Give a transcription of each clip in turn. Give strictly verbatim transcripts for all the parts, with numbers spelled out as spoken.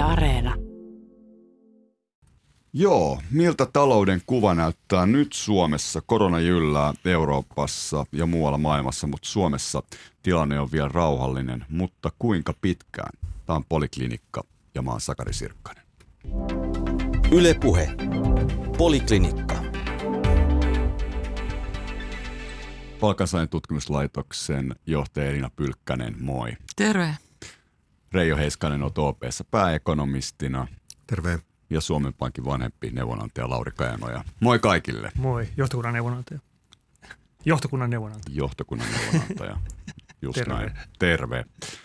Areena. Joo, miltä talouden kuva näyttää nyt Suomessa? Korona jyllää Euroopassa ja muualla maailmassa, mutta Suomessa tilanne on vielä rauhallinen. Mutta kuinka pitkään? Tämä on Poliklinikka ja mä oon Sakari Sirkkanen. Yle Puhe. Poliklinikka. Palkansaajien tutkimuslaitoksen johtaja Elina Pylkkänen, moi. Terve. Reijo Heiskanen on O P:ssä pääekonomistina. Terve. Ja Suomen Pankin vanhempi neuvonantaja Lauri Kajanoja. Moi kaikille. Moi, johtokunnan neuvonantaja. Johtokunnan neuvonantaja. Johtokunnan neuvonantaja. Just Terve. näin. Terve.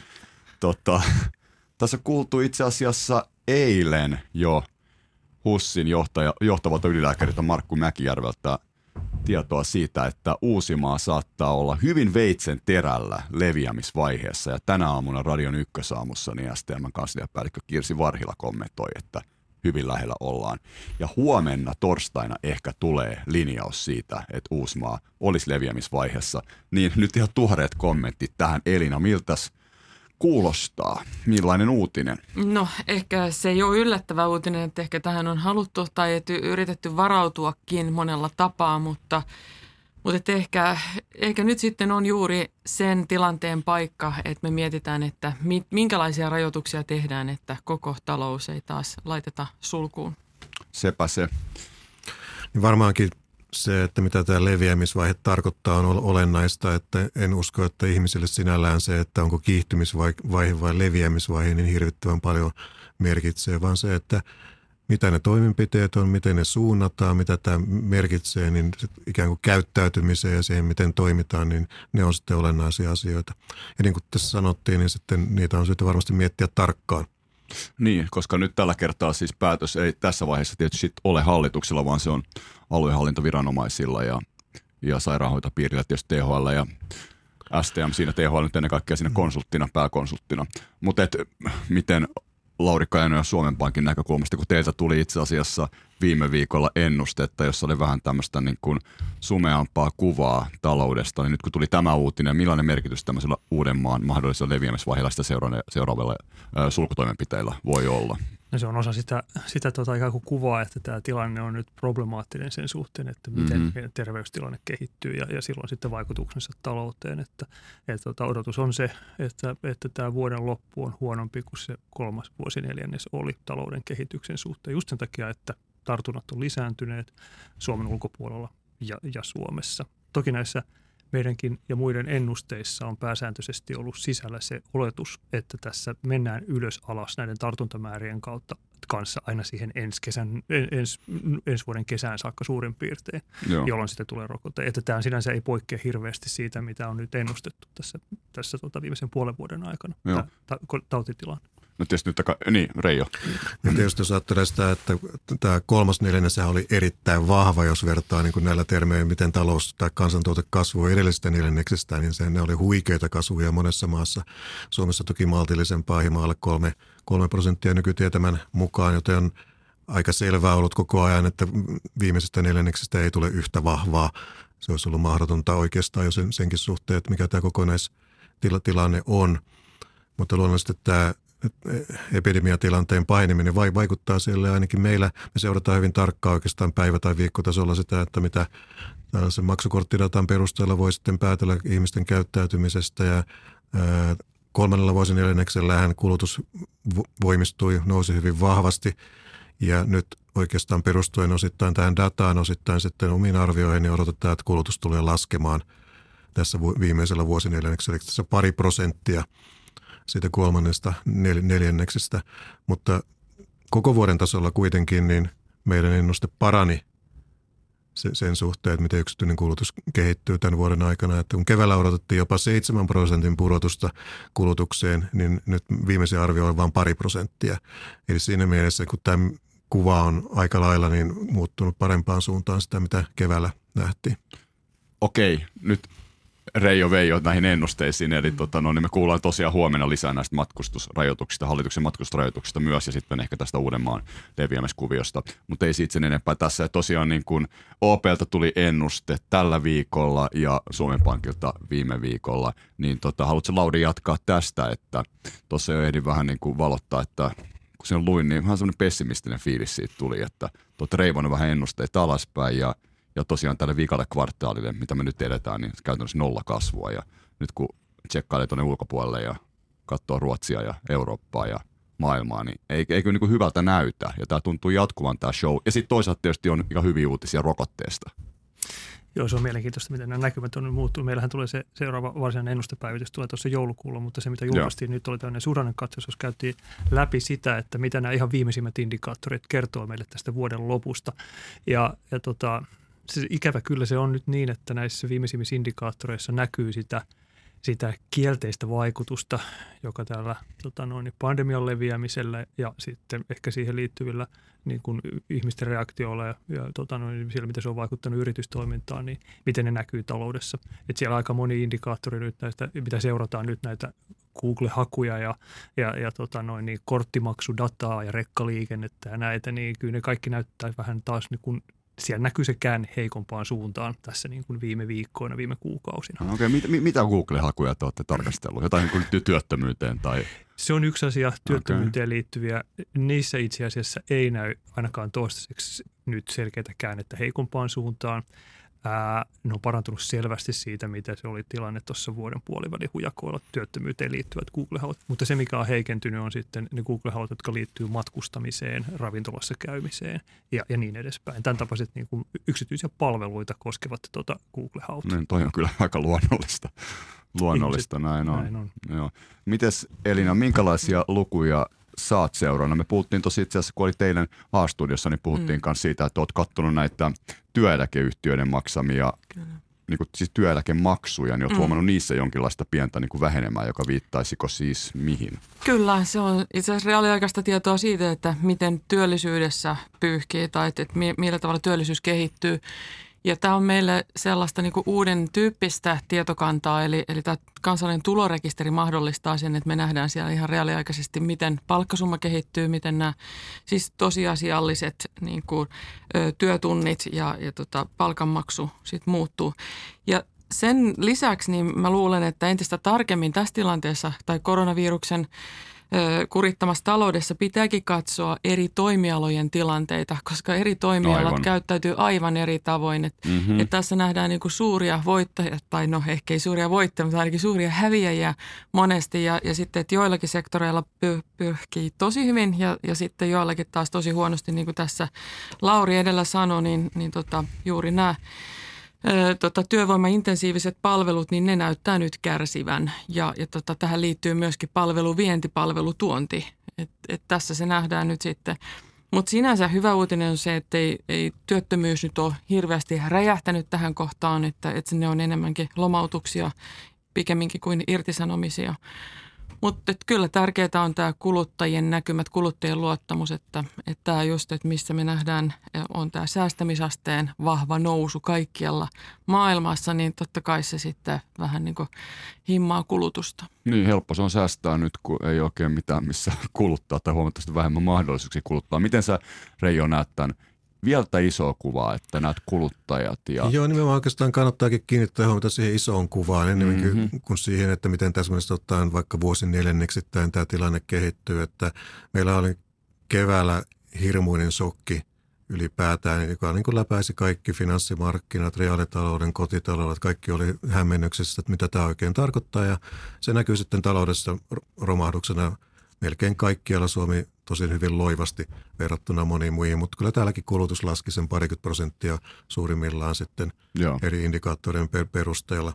Tota, tässä kuultu itse asiassa eilen jo HUSin johtaja, johtavalta ylilääkäriltä Markku Mäkijärveltä tietoa siitä, että Uusimaa saattaa olla hyvin veitsen terällä leviämisvaiheessa. Ja tänä aamuna Radion ykkösaamussa niin S T M:n kansliapäällikkö Kirsi Varhila kommentoi, että hyvin lähellä ollaan. Ja huomenna torstaina ehkä tulee linjaus siitä, että Uusimaa olisi leviämisvaiheessa. Niin nyt ihan tuoreet kommentit tähän. Elina, miltäs kuulostaa? Millainen uutinen? No ehkä se ei ole yllättävä uutinen, että ehkä tähän on haluttu tai että yritetty varautuakin monella tapaa, mutta, mutta että ehkä, ehkä nyt sitten on juuri sen tilanteen paikka, että me mietitään, että minkälaisia rajoituksia tehdään, että koko talous ei taas laiteta sulkuun. Sepä se. Niin varmaankin se, että mitä tämä leviämisvaihe tarkoittaa, on olennaista, että en usko, että ihmisille sinällään se, että onko kiihtymisvaihe vai leviämisvaihe, niin hirvittävän paljon merkitsee, vaan se, että mitä ne toimenpiteet on, miten ne suunnataan, mitä tämä merkitsee, niin ikään kuin käyttäytymiseen ja siihen, miten toimitaan, niin ne on sitten olennaisia asioita. Ja niin kuin tässä sanottiin, niin sitten niitä on syytä varmasti miettiä tarkkaan. Niin, koska nyt tällä kertaa siis päätös ei tässä vaiheessa tietysti ole hallituksella, vaan se on aluehallintoviranomaisilla ja, ja sairaanhoitopiirillä, tietysti T H L ja S T M siinä, T H L nyt ennen kaikkea siinä konsulttina, pääkonsulttina. Mutta miten Lauri Kajanoja ja Suomen Pankin näkökulmasta, kun teiltä tuli itse asiassa viime viikolla ennustetta, jossa oli vähän tämmöistä niin kuin sumeampaa kuvaa taloudesta, niin nyt kun tuli tämä uutinen, millainen merkitys tämmöisellä Uudenmaan mahdollisella leviämisvaiheella sitä seuraavalla sulkutoimenpiteillä voi olla? No se on osa sitä, sitä tota ikään kuin kuvaa, että tämä tilanne on nyt problemaattinen sen suhteen, että miten mm-hmm. terveystilanne kehittyy ja, ja silloin sitten vaikutuksensa talouteen. Että, että tota, odotus on se, että, että tämä vuoden loppu on huonompi kuin se kolmas vuosineljännes oli talouden kehityksen suhteen. Just sen takia, että tartunnat on lisääntyneet Suomen ulkopuolella ja, ja Suomessa. Toki näissä meidänkin ja muiden ennusteissa on pääsääntöisesti ollut sisällä se oletus, että tässä mennään ylös alas näiden tartuntamäärien kautta kanssa aina siihen ensi, kesän, ens, ensi vuoden kesään saakka suurin piirtein, Joo. jolloin sitten tulee rokote. Että tämä sinänsä ei poikkea hirveästi siitä, mitä on nyt ennustettu tässä, tässä tota viimeisen puolen vuoden aikana, tämä ta, tautitilanne. No tietysti nyt, taka, niin Reijo. Ja tietysti jos ajattelee sitä, että tämä kolmas neljänneshän oli erittäin vahva, jos vertaa niin kuin näillä termeillä, miten talous tai kansantuote kasvoi edellisestä neljänneksestä, niin se, ne oli huikeita kasvuja monessa maassa. Suomessa toki maltillisempaa, hieman alle kolme, kolme prosenttia nykytietämän mukaan, joten on aika selvää ollut koko ajan, että viimeisestä neljänneksestä ei tule yhtä vahvaa. Se olisi ollut mahdotonta oikeastaan jo sen, senkin suhteen, että mikä tämä kokonaistilanne on. Mutta luonnollisesti tämä epidemiatilanteen painiminen vaikuttaa siellä ainakin meillä. Me seurataan hyvin tarkkaan oikeastaan päivä- tai viikkotasolla sitä, että mitä tällaisen maksukorttidatan perusteella voi sitten päätellä ihmisten käyttäytymisestä. Ja ää, kolmannella vuosineljänneksellähän kulutus voimistui, nousi hyvin vahvasti ja nyt oikeastaan perustuen osittain tähän dataan, osittain sitten omiin arvioihin, niin odotetaan, että kulutus tulee laskemaan tässä viimeisellä vuosineljänneksellä, eli tässä pari prosenttia siitä kolmannesta nel- neljänneksestä, mutta koko vuoden tasolla kuitenkin niin meidän ennuste parani sen suhteen, että miten yksityinen kulutus kehittyy tämän vuoden aikana. Että kun keväällä odotettiin jopa seitsemän prosentin pudotusta kulutukseen, niin nyt viimeisin arvio on vain pari prosenttia. Eli siinä mielessä, kun tämä kuva on aika lailla niin muuttunut parempaan suuntaan sitä, mitä keväällä nähtiin. Okei, nyt Reijo Veijo näihin ennusteisiin, eli tota, no, niin me kuullaan tosiaan huomenna lisää näistä matkustusrajoituksista, hallituksen matkustusrajoituksista myös ja sitten ehkä tästä Uudenmaan leviämiskuviosta, mutta ei siitä sen enempää tässä. Ja tosiaan niin kuin O P:ltä tuli ennuste tällä viikolla ja Suomen Pankilta viime viikolla, niin tota, haluatko Lauri jatkaa tästä, että tuossa jo ehdin vähän niin kuin valottaa, että kun sen luin, niin vähän semmoinen pessimistinen fiilis siitä tuli, että tuot reivannut vähän ennusteita alaspäin ja, ja tosiaan tälle viikalle kvartaalille, mitä me nyt edetään, niin käytännössä nolla kasvua. Ja nyt kun tsekkailee tuonne ulkopuolelle ja katsoo Ruotsia ja Eurooppaa ja maailmaa, niin eikö, eikö niin kuin hyvältä näytä. Ja tämä tuntuu jatkuvan tämä show. Ja sitten toisaalta tietysti on ihan hyviä uutisia rokotteesta. Joo, se on mielenkiintoista, miten nämä näkymät on muuttunut. Meillähän tulee se seuraava varsinainen ennustepäivitys, tulee tuossa joulukuulla, mutta se mitä julkaistiin Joo. nyt oli tämmöinen suhdannekatsaus, jos käytiin läpi sitä, että mitä nämä ihan viimeisimmät indikaattorit kertoo meille tästä vuoden lopusta. Ja, ja tota, se ikävä kyllä se on nyt niin, että näissä viimeisimmissä indikaattoreissa näkyy sitä, sitä kielteistä vaikutusta, joka täällä tota noin, pandemian leviämisellä ja sitten ehkä siihen liittyvillä niin kuin ihmisten reaktioilla ja, ja tota noin, siellä, miten se on vaikuttanut yritystoimintaan, niin miten ne näkyy taloudessa. Et siellä aika moni indikaattori nyt näistä, mitä seurataan nyt näitä Google-hakuja ja, ja, ja tota noin, niin korttimaksudataa ja rekkaliikennettä ja näitä, niin kyllä ne kaikki näyttää vähän taas niin kuin siellä näkyy se käänne heikompaan suuntaan tässä niin kuin viime viikkoina, viime kuukausina. No, okei, okay. Mit, mitä Google-hakuja te olette tarkastellut? Jotain niin kuin työttömyyteen tai? Se on yksi asia, työttömyyteen okay. liittyviä. Niissä itse asiassa ei näy ainakaan toistaiseksi nyt selkeätä käännettä heikompaan suuntaan. Ää, ne on parantunut selvästi siitä, mitä se oli tilanne tuossa vuoden puolivälin hujakoilla työttömyyteen liittyvät Google-haut. Mutta se, mikä on heikentynyt, on sitten ne Google-haut, jotka liittyy matkustamiseen, ravintolassa käymiseen ja, ja niin edespäin. Tämän tapaiset niin kuin yksityisiä palveluita koskevat tuota Google-haut. Niin, toi on kyllä aika luonnollista. Luonnollista, Ihmiset, näin on. Näin on. Joo. Mites Elina, minkälaisia lukuja saat seurana? Me puhuttiin tosi itse asiassa, kun oli teidän A-studiossa, niin puhuttiin mm. myös siitä, että olet katsonut näitä työeläkeyhtiöiden maksamia, niin kuin, siis työeläkemaksuja, niin olet mm. huomannut niissä jonkinlaista pientä niin kuin vähenemää, joka viittaisiko siis mihin? Kyllä, se on itse asiassa reaaliaikaista tietoa siitä, että miten työllisyydessä pyyhkii tai että, että millä tavalla työllisyys kehittyy. Ja tämä on meille sellaista niin kuin uuden tyyppistä tietokantaa, eli, eli tämä kansallinen tulorekisteri mahdollistaa sen, että me nähdään siellä ihan reaaliaikaisesti, miten palkkasumma kehittyy, miten nämä siis tosiasialliset niin kuin, ö, työtunnit ja, ja tota, palkanmaksu sit muuttuu. Ja sen lisäksi niin mä luulen, että entistä tarkemmin tässä tilanteessa tai koronaviruksen kurittamassa taloudessa pitääkin katsoa eri toimialojen tilanteita, koska eri toimialat aivan. käyttäytyy aivan eri tavoin. Et, mm-hmm. et tässä nähdään niinku suuria voittajia, tai no ehkä ei suuria voittajia, mutta ainakin suuria häviäjiä monesti. Ja, ja sitten, että joillakin sektoreilla pyh, pyyhkii tosi hyvin ja, ja sitten joillakin taas tosi huonosti, niin kuin tässä Lauri edellä sanoi, niin, niin tota, juuri nämä Tota, työvoimaintensiiviset palvelut, niin ne näyttää nyt kärsivän ja, ja tota, tähän liittyy myöskin palveluvienti, palvelutuonti. Et, et tässä se nähdään nyt sitten. Mutta sinänsä hyvä uutinen on se, että ei, ei työttömyys nyt ole hirveästi räjähtänyt tähän kohtaan, että, että ne on enemmänkin lomautuksia pikemminkin kuin irtisanomisia. Mutta kyllä tärkeää on tämä kuluttajien näkymät, kuluttajien luottamus, että, että tämä just, että missä me nähdään, on tämä säästämisasteen vahva nousu kaikkialla maailmassa, niin totta kai se sitten vähän niin kuin himmaa kulutusta. Niin, helppo se on säästää nyt, kun ei oikein mitään missä kuluttaa tai huomattavasti vähemmän mahdollisuuksia kuluttaa. Miten sä, Reijo, näet tämän vielä isoa kuvaa, että näet kuluttajat? Ja Joo, nimenomaan oikeastaan kannattaakin kiinnittää huomiota siihen isoon kuvaan enemmänkin mm-hmm. kuin siihen, että miten täsmällisesti ottaen vaikka vuosin neljänneksittäin tämä tilanne kehittyy. Että meillä oli keväällä hirmuinen shokki ylipäätään, joka niin kuin läpäisi kaikki finanssimarkkinat, reaalitalouden, kotitaloudet, kaikki oli hämmennyksessä, että mitä tämä oikein tarkoittaa. Ja se näkyy sitten taloudessa romahduksena melkein kaikkialla. Suomi tosin hyvin loivasti verrattuna moniin muihin, mutta kyllä täälläkin kulutus laski sen parikymmentä prosenttia suurimmillaan sitten Joo. eri indikaattorien per- perusteella.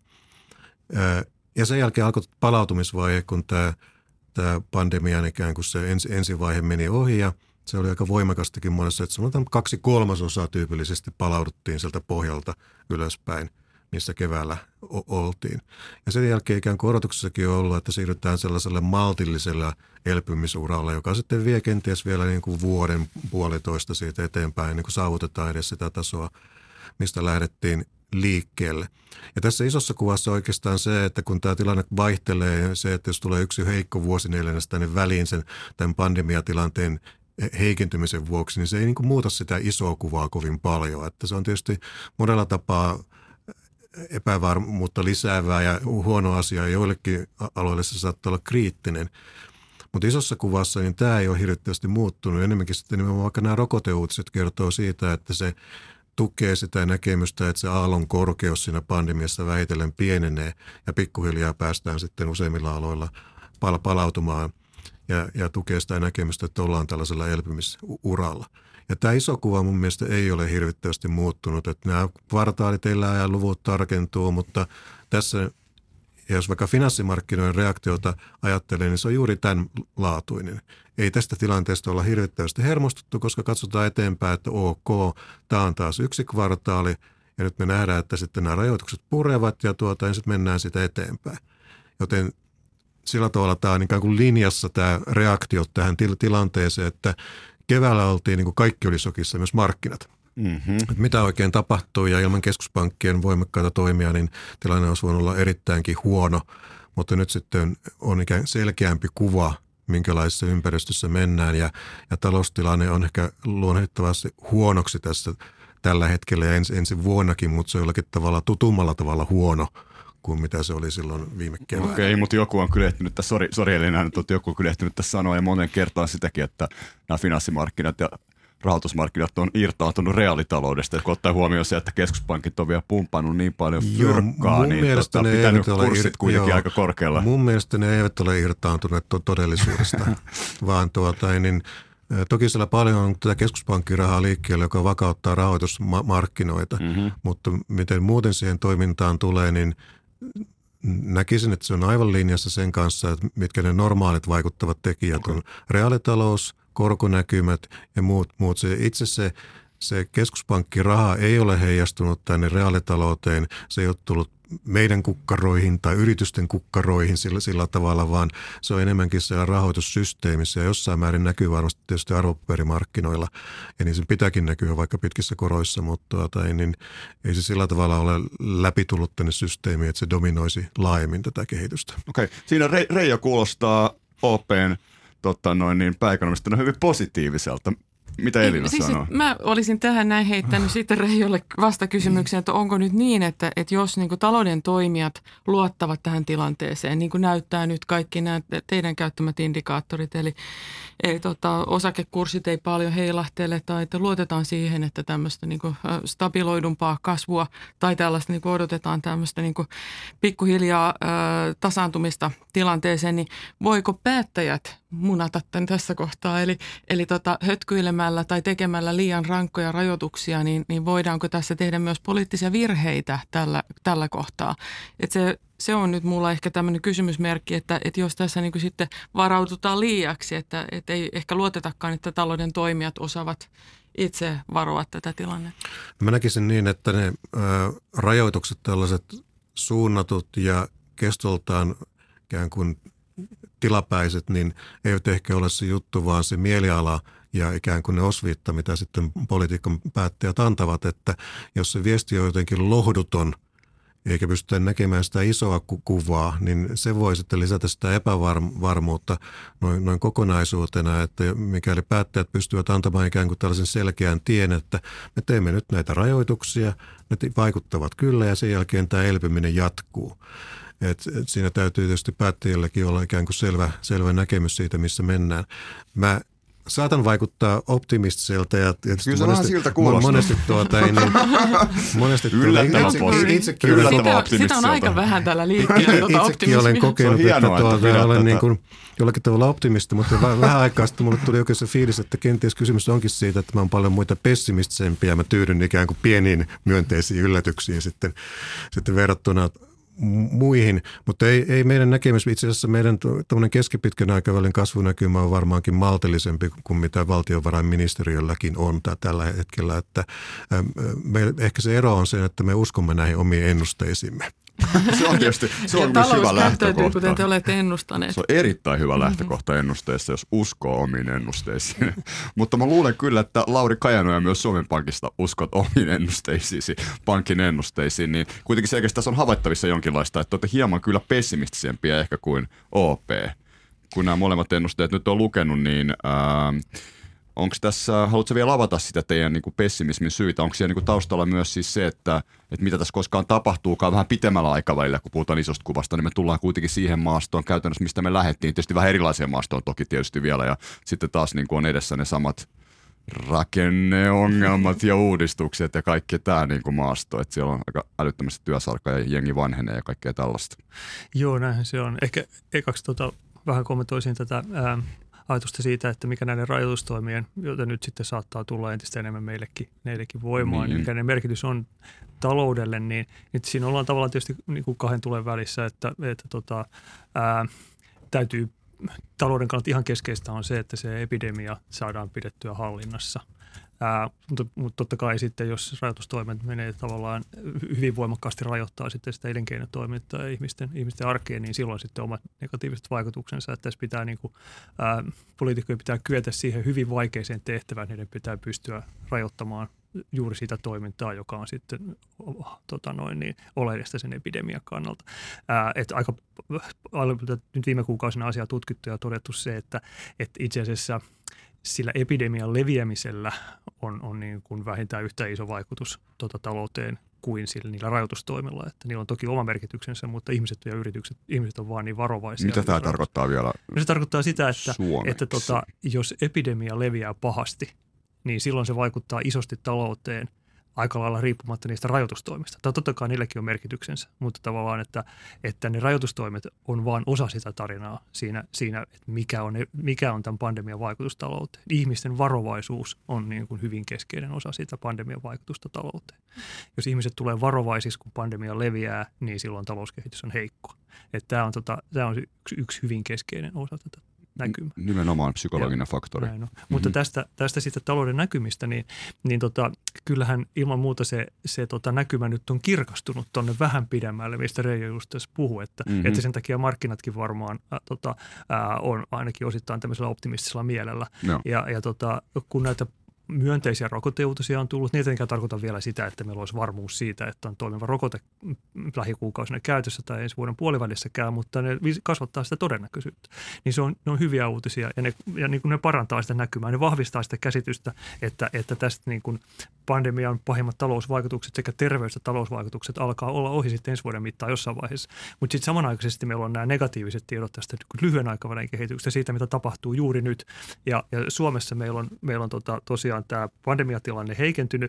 Ja sen jälkeen alkoi palautumisvaihe, kun tämä, tämä pandemian ikään kuin se ens, ensivaihe meni ohi ja se oli aika voimakastakin monessa, että sanotaan kaksi kolmasosaa tyypillisesti palauduttiin sieltä pohjalta ylöspäin, missä keväällä o- oltiin. Ja sen jälkeen ikään kuin odotuksessakin on ollut, että siirrytään sellaiselle maltillisella elpymisuralla, joka sitten vie kenties vielä niin kuin vuoden puolitoista siitä eteenpäin, niin kuin saavutetaan edes sitä tasoa, mistä lähdettiin liikkeelle. Ja tässä isossa kuvassa oikeastaan se, että kun tämä tilanne vaihtelee, se, että jos tulee yksi heikko vuosineljännes tänne väliin sen tämän pandemiatilanteen heikentymisen vuoksi, niin se ei niin kuin muuta sitä isoa kuvaa kovin paljon. Että se on tietysti monella tapaa epävarmuutta lisäävää ja huono asia. Joillekin aloille se saattaa olla kriittinen. Mutta isossa kuvassa niin tämä ei ole hirvittävästi muuttunut. Enemmänkin sitten nimenomaan vaikka nämä rokoteuutiset kertoo siitä, että se tukee sitä näkemystä, että se aallon korkeus siinä pandemiassa vähitellen pienenee ja pikkuhiljaa päästään sitten useimmilla aloilla pal- palautumaan ja, ja tukee sitä näkemystä, että ollaan tällaisella elpymisuralla. Ja tämä iso kuva mun mielestä ei ole hirvittävästi muuttunut, että nämä kvartaalit elää ja luvut tarkentuu, mutta tässä, jos vaikka finanssimarkkinoiden reaktiota ajattelee, niin se on juuri tämän laatuinen. Ei tästä tilanteesta olla hirvittävästi hermostuttu, koska katsotaan eteenpäin, että ok, tämä on taas yksi kvartaali ja nyt me nähdään, että sitten nämä rajoitukset purevat ja, tuota, ja sitten mennään sitä eteenpäin. Joten sillä tavalla tämä on ikään kuin linjassa tämä reaktio tähän til- tilanteeseen, että keväällä oltiin niin kuin kaikki oli shokissa, myös markkinat. Mm-hmm. Että mitä oikein tapahtuu ja ilman keskuspankkien voimakkaita toimia, niin tilanne olisi voinut olla erittäinkin huono, mutta nyt sitten on ikään selkeämpi kuva, minkälaisessa ympäristössä mennään ja, ja taloustilanne on ehkä luonnettavasti huonoksi tässä tällä hetkellä ja ensi, ensi vuonnakin, mutta se on jollakin tavalla tutummalla tavalla huono kuin mitä se oli silloin viime keväänä. Okei, okay, mutta joku on kyllä ehtinyt tässä, sori, sori Elina, että joku on kyllä ehtinyt tässä sanoa ja monen kertaan sitäkin, että nämä finanssimarkkinat ja rahoitusmarkkinat on irtaantunut reaalitaloudesta, kun ottaa huomioon se, että keskuspankit on vielä pumpannut niin paljon fyrkkaa, niin tota, pitänyt kurssit ir... kuitenkin joo, aika korkealla. Mun mielestä ne eivät ole irtaantuneet todellisuudesta, vaan tuota, niin, toki siellä paljon on tätä keskuspankkirahaa liikkeelle, joka vakauttaa rahoitusmarkkinoita, mm-hmm. mutta miten muuten siihen toimintaan tulee, niin näkisin, että se on aivan linjassa sen kanssa, että mitkä ne normaalit vaikuttavat tekijät on reaalitalous, korkonäkymät ja muut. muut. Se, itse se, se keskuspankkiraha ei ole heijastunut tänne reaalitalouteen. Se ei ole tullut meidän kukkaroihin tai yritysten kukkaroihin sillä, sillä tavalla, vaan se on enemmänkin siellä rahoitussysteemissä ja jossain määrin näkyy varmasti tietysti arvopaperimarkkinoilla. Ja niin sen pitääkin näkyä vaikka pitkissä koroissa, mutta tai niin, ei se sillä tavalla ole läpi tullut tänne systeemiin, että se dominoisi laajemmin tätä kehitystä. Okei, okay. Siinä Re- Reijo kuulostaa O P:n Totta noin niin pääekonomista hyvin positiiviselta. Mitä Elina siis, sanoo? Mä olisin tähän näin heittänyt sitten Reijolle vastakysymyksen, että onko nyt niin, että, että jos niin kuin talouden toimijat luottavat tähän tilanteeseen, niin kuin näyttää nyt kaikki nämä teidän käyttämät indikaattorit, eli, eli tota, osakekurssit ei paljon heilahtele tai että luotetaan siihen, että tämmöistä niin kuin stabiloidumpaa kasvua tai tällaista niin kuin odotetaan tämmöistä niin kuin pikkuhiljaa äh, tasaantumista tilanteeseen, niin voiko päättäjät munata tämän tässä kohtaa, eli, eli tota, hötkyilemällä tai tekemällä liian rankkoja rajoituksia, niin, niin voidaanko tässä tehdä myös poliittisia virheitä tällä, tällä kohtaa. Et se, se on nyt mulla ehkä tämmöinen kysymysmerkki, että, että jos tässä niin kuin sitten varaututaan liiaksi, että, että ei ehkä luotetakaan, että talouden toimijat osaavat itse varoa tätä tilannetta. Mä näkisin niin, että ne ä, rajoitukset, tällaiset suunnatut ja kestoltaan ikään kuin tilapäiset, niin eivät ehkä ole se juttu, vaan se mieliala ja ikään kuin ne osviitta, mitä sitten politiikan päättäjät antavat, että jos se viesti on jotenkin lohduton, eikä pystytä näkemään sitä isoa kuvaa, niin se voi sitten lisätä sitä epävarmuutta noin, noin kokonaisuutena, että mikäli päättäjät pystyvät antamaan ikään kuin tällaisen selkeän tien, että me teemme nyt näitä rajoituksia, ne vaikuttavat kyllä ja sen jälkeen tämä elpyminen jatkuu. Et, et siinä täytyy tietysti päättäjillekin olla ikään kuin selvä, selvä näkemys siitä, missä mennään. Mä saatan vaikuttaa optimistiselta ja tietysti kyllä monesti, siltä monesti tuota ei niin, monesti yllättävän itse, itsekin yllättävän sitä, sitä on aika vähän tällä liikkeellä tuota itsekin olen kokenut, hienoa, että, tuota, että olen tätä. niin kuin jollakin tavalla optimisti, mutta vähän aikaa sitten mulle tuli oikein se fiilis, että kenties kysymys onkin siitä, että mä oon paljon muita pessimistisempia ja mä tyydyn ikään kuin pieniin myönteisiin yllätyksiin sitten, sitten verrattuna muihin, mutta ei, ei meidän näkemys, itse asiassa meidän tämmöinen keskipitkän aikavälin kasvunäkymä on varmaankin maltillisempi kuin mitä valtiovarainministeriölläkin on tällä hetkellä, että me, ehkä se ero on se, että me uskomme näihin omiin ennusteisimme. Se on tietysti se on myös hyvä lähtökohta. Kuten te olette ennustaneet. Se on erittäin hyvä lähtökohta ennusteessa, jos uskoo omiin ennusteisiin. Mutta mä luulen kyllä, että Lauri Kajanoja myös Suomen Pankista uskot omiin ennusteisiisi, pankin ennusteisiin, niin kuitenkin selkeästi tässä on havaittavissa jonkinlaista, että olette hieman kyllä pessimistisempiä ehkä kuin O P. Kun nämä molemmat ennusteet nyt on lukenut, niin ää, onko tässä, haluatko vielä avata sitä teidän niin kuin pessimismin syitä? Onko siellä niin kuin taustalla myös siis se, että, että mitä tässä koskaan tapahtuukaan vähän pitemmällä aikavälillä, kun puhutaan isosta kuvasta, niin me tullaan kuitenkin siihen maastoon käytännössä, mistä me lähdettiin. Tietysti vähän erilaiseen maastoon toki tietysti vielä, ja sitten taas niin kuin on edessä ne samat rakenneongelmat ja uudistukset ja kaikki tämä niin kuin maasto, että siellä on aika älyttömästi työsarkaa ja jengi vanhenee ja kaikkea tällaista. Joo, näinhän se on. Ehkä ekaksi tota, vähän kommentoisin tätä ää, ajatusta siitä, että mikä näiden rajoitustoimien, joita nyt sitten saattaa tulla entistä enemmän meillekin, meillekin voimaan, niin. Niin mikä ne merkitys on taloudelle, niin, niin siinä ollaan tavallaan tietysti niin kuin kahden tulen välissä, että, että tota, ää, täytyy talouden kannalta ihan keskeistä on se, että se epidemia saadaan pidettyä hallinnassa. Ää, mutta, mutta totta kai sitten, jos rajoitustoimet menee tavallaan hyvin voimakkaasti rajoittaa sitten sitä elinkeinotoimintaa ja ihmisten, ihmisten arkeen, niin silloin sitten omat negatiiviset vaikutuksensa. Että tässä pitää niin kuin, ää, poliitikkojen pitää kyetä siihen hyvin vaikeaseen tehtävään, niiden pitää pystyä rajoittamaan juuri sitä toimintaa, joka on sitten tota noin, niin, oleellista sen epidemian kannalta. Ää, että aika nyt viime kuukausina asiaa tutkittu ja todettu se, että, että itse asiassa sillä epidemian leviämisellä on, on niin kuin vähintään yhtä iso vaikutus tota, talouteen kuin sillä niillä rajoitustoimilla. Että niillä on toki oma merkityksensä, mutta ihmiset ja yritykset, ihmiset on vaan niin varovaisia. Mitä tämä tarkoittaa vielä no, se tarkoittaa sitä, että, että tota, jos epidemia leviää pahasti, niin silloin se vaikuttaa isosti talouteen aika lailla riippumatta niistä rajoitustoimista. Tai totta kai niilläkin on merkityksensä, mutta tavallaan, että, että ne rajoitustoimet on vain osa sitä tarinaa siinä, siinä että mikä on, mikä on tämän pandemian vaikutus talouteen. Ihmisten varovaisuus on niin kuin hyvin keskeinen osa sitä pandemian vaikutusta talouteen. Jos ihmiset tulee varovaisiksi, kun pandemia leviää, niin silloin talouskehitys on heikkoa. Että tämä on, tota, tämä on yksi, yksi hyvin keskeinen osa tätä näkymä. Nimenomaan psykologinen ja, faktori. Näin on. Mm-hmm. Mutta tästä, tästä sitten talouden näkymistä, niin, niin tota, kyllähän ilman muuta se, se tota näkymä nyt on kirkastunut tuonne vähän pidemmälle, mistä Reijo just tässä puhui, että, mm-hmm. että sen takia markkinatkin varmaan ä, tota, ä, on ainakin osittain tämmöisellä optimistisella mielellä. No. Ja, ja tota, kun näitä myönteisiä rokoteuutisia on tullut. Niitä ei tarkoita vielä sitä, että meillä olisi varmuus siitä, että on toimiva rokote lähikuukausina käytössä tai ensi vuoden puolivälissäkään, mutta ne kasvattaa sitä todennäköisyyttä. Niin se on, ne on hyviä uutisia ja ne, ja niin kuin ne parantaa sitä näkymää, ne vahvistaa sitä käsitystä, että, että tästä niin kuin pandemian pahimmat talousvaikutukset sekä terveys- ja talousvaikutukset alkaa olla ohi sitten ensi vuoden mittaan jossain vaiheessa. Mutta sitten samanaikaisesti meillä on nämä negatiiviset tiedot tästä lyhyen aikavälin kehityksestä, siitä mitä tapahtuu juuri nyt. Ja, ja Suomessa meillä on, meillä on tota, tosiaan tämä pandemiatilanne heikentynyt,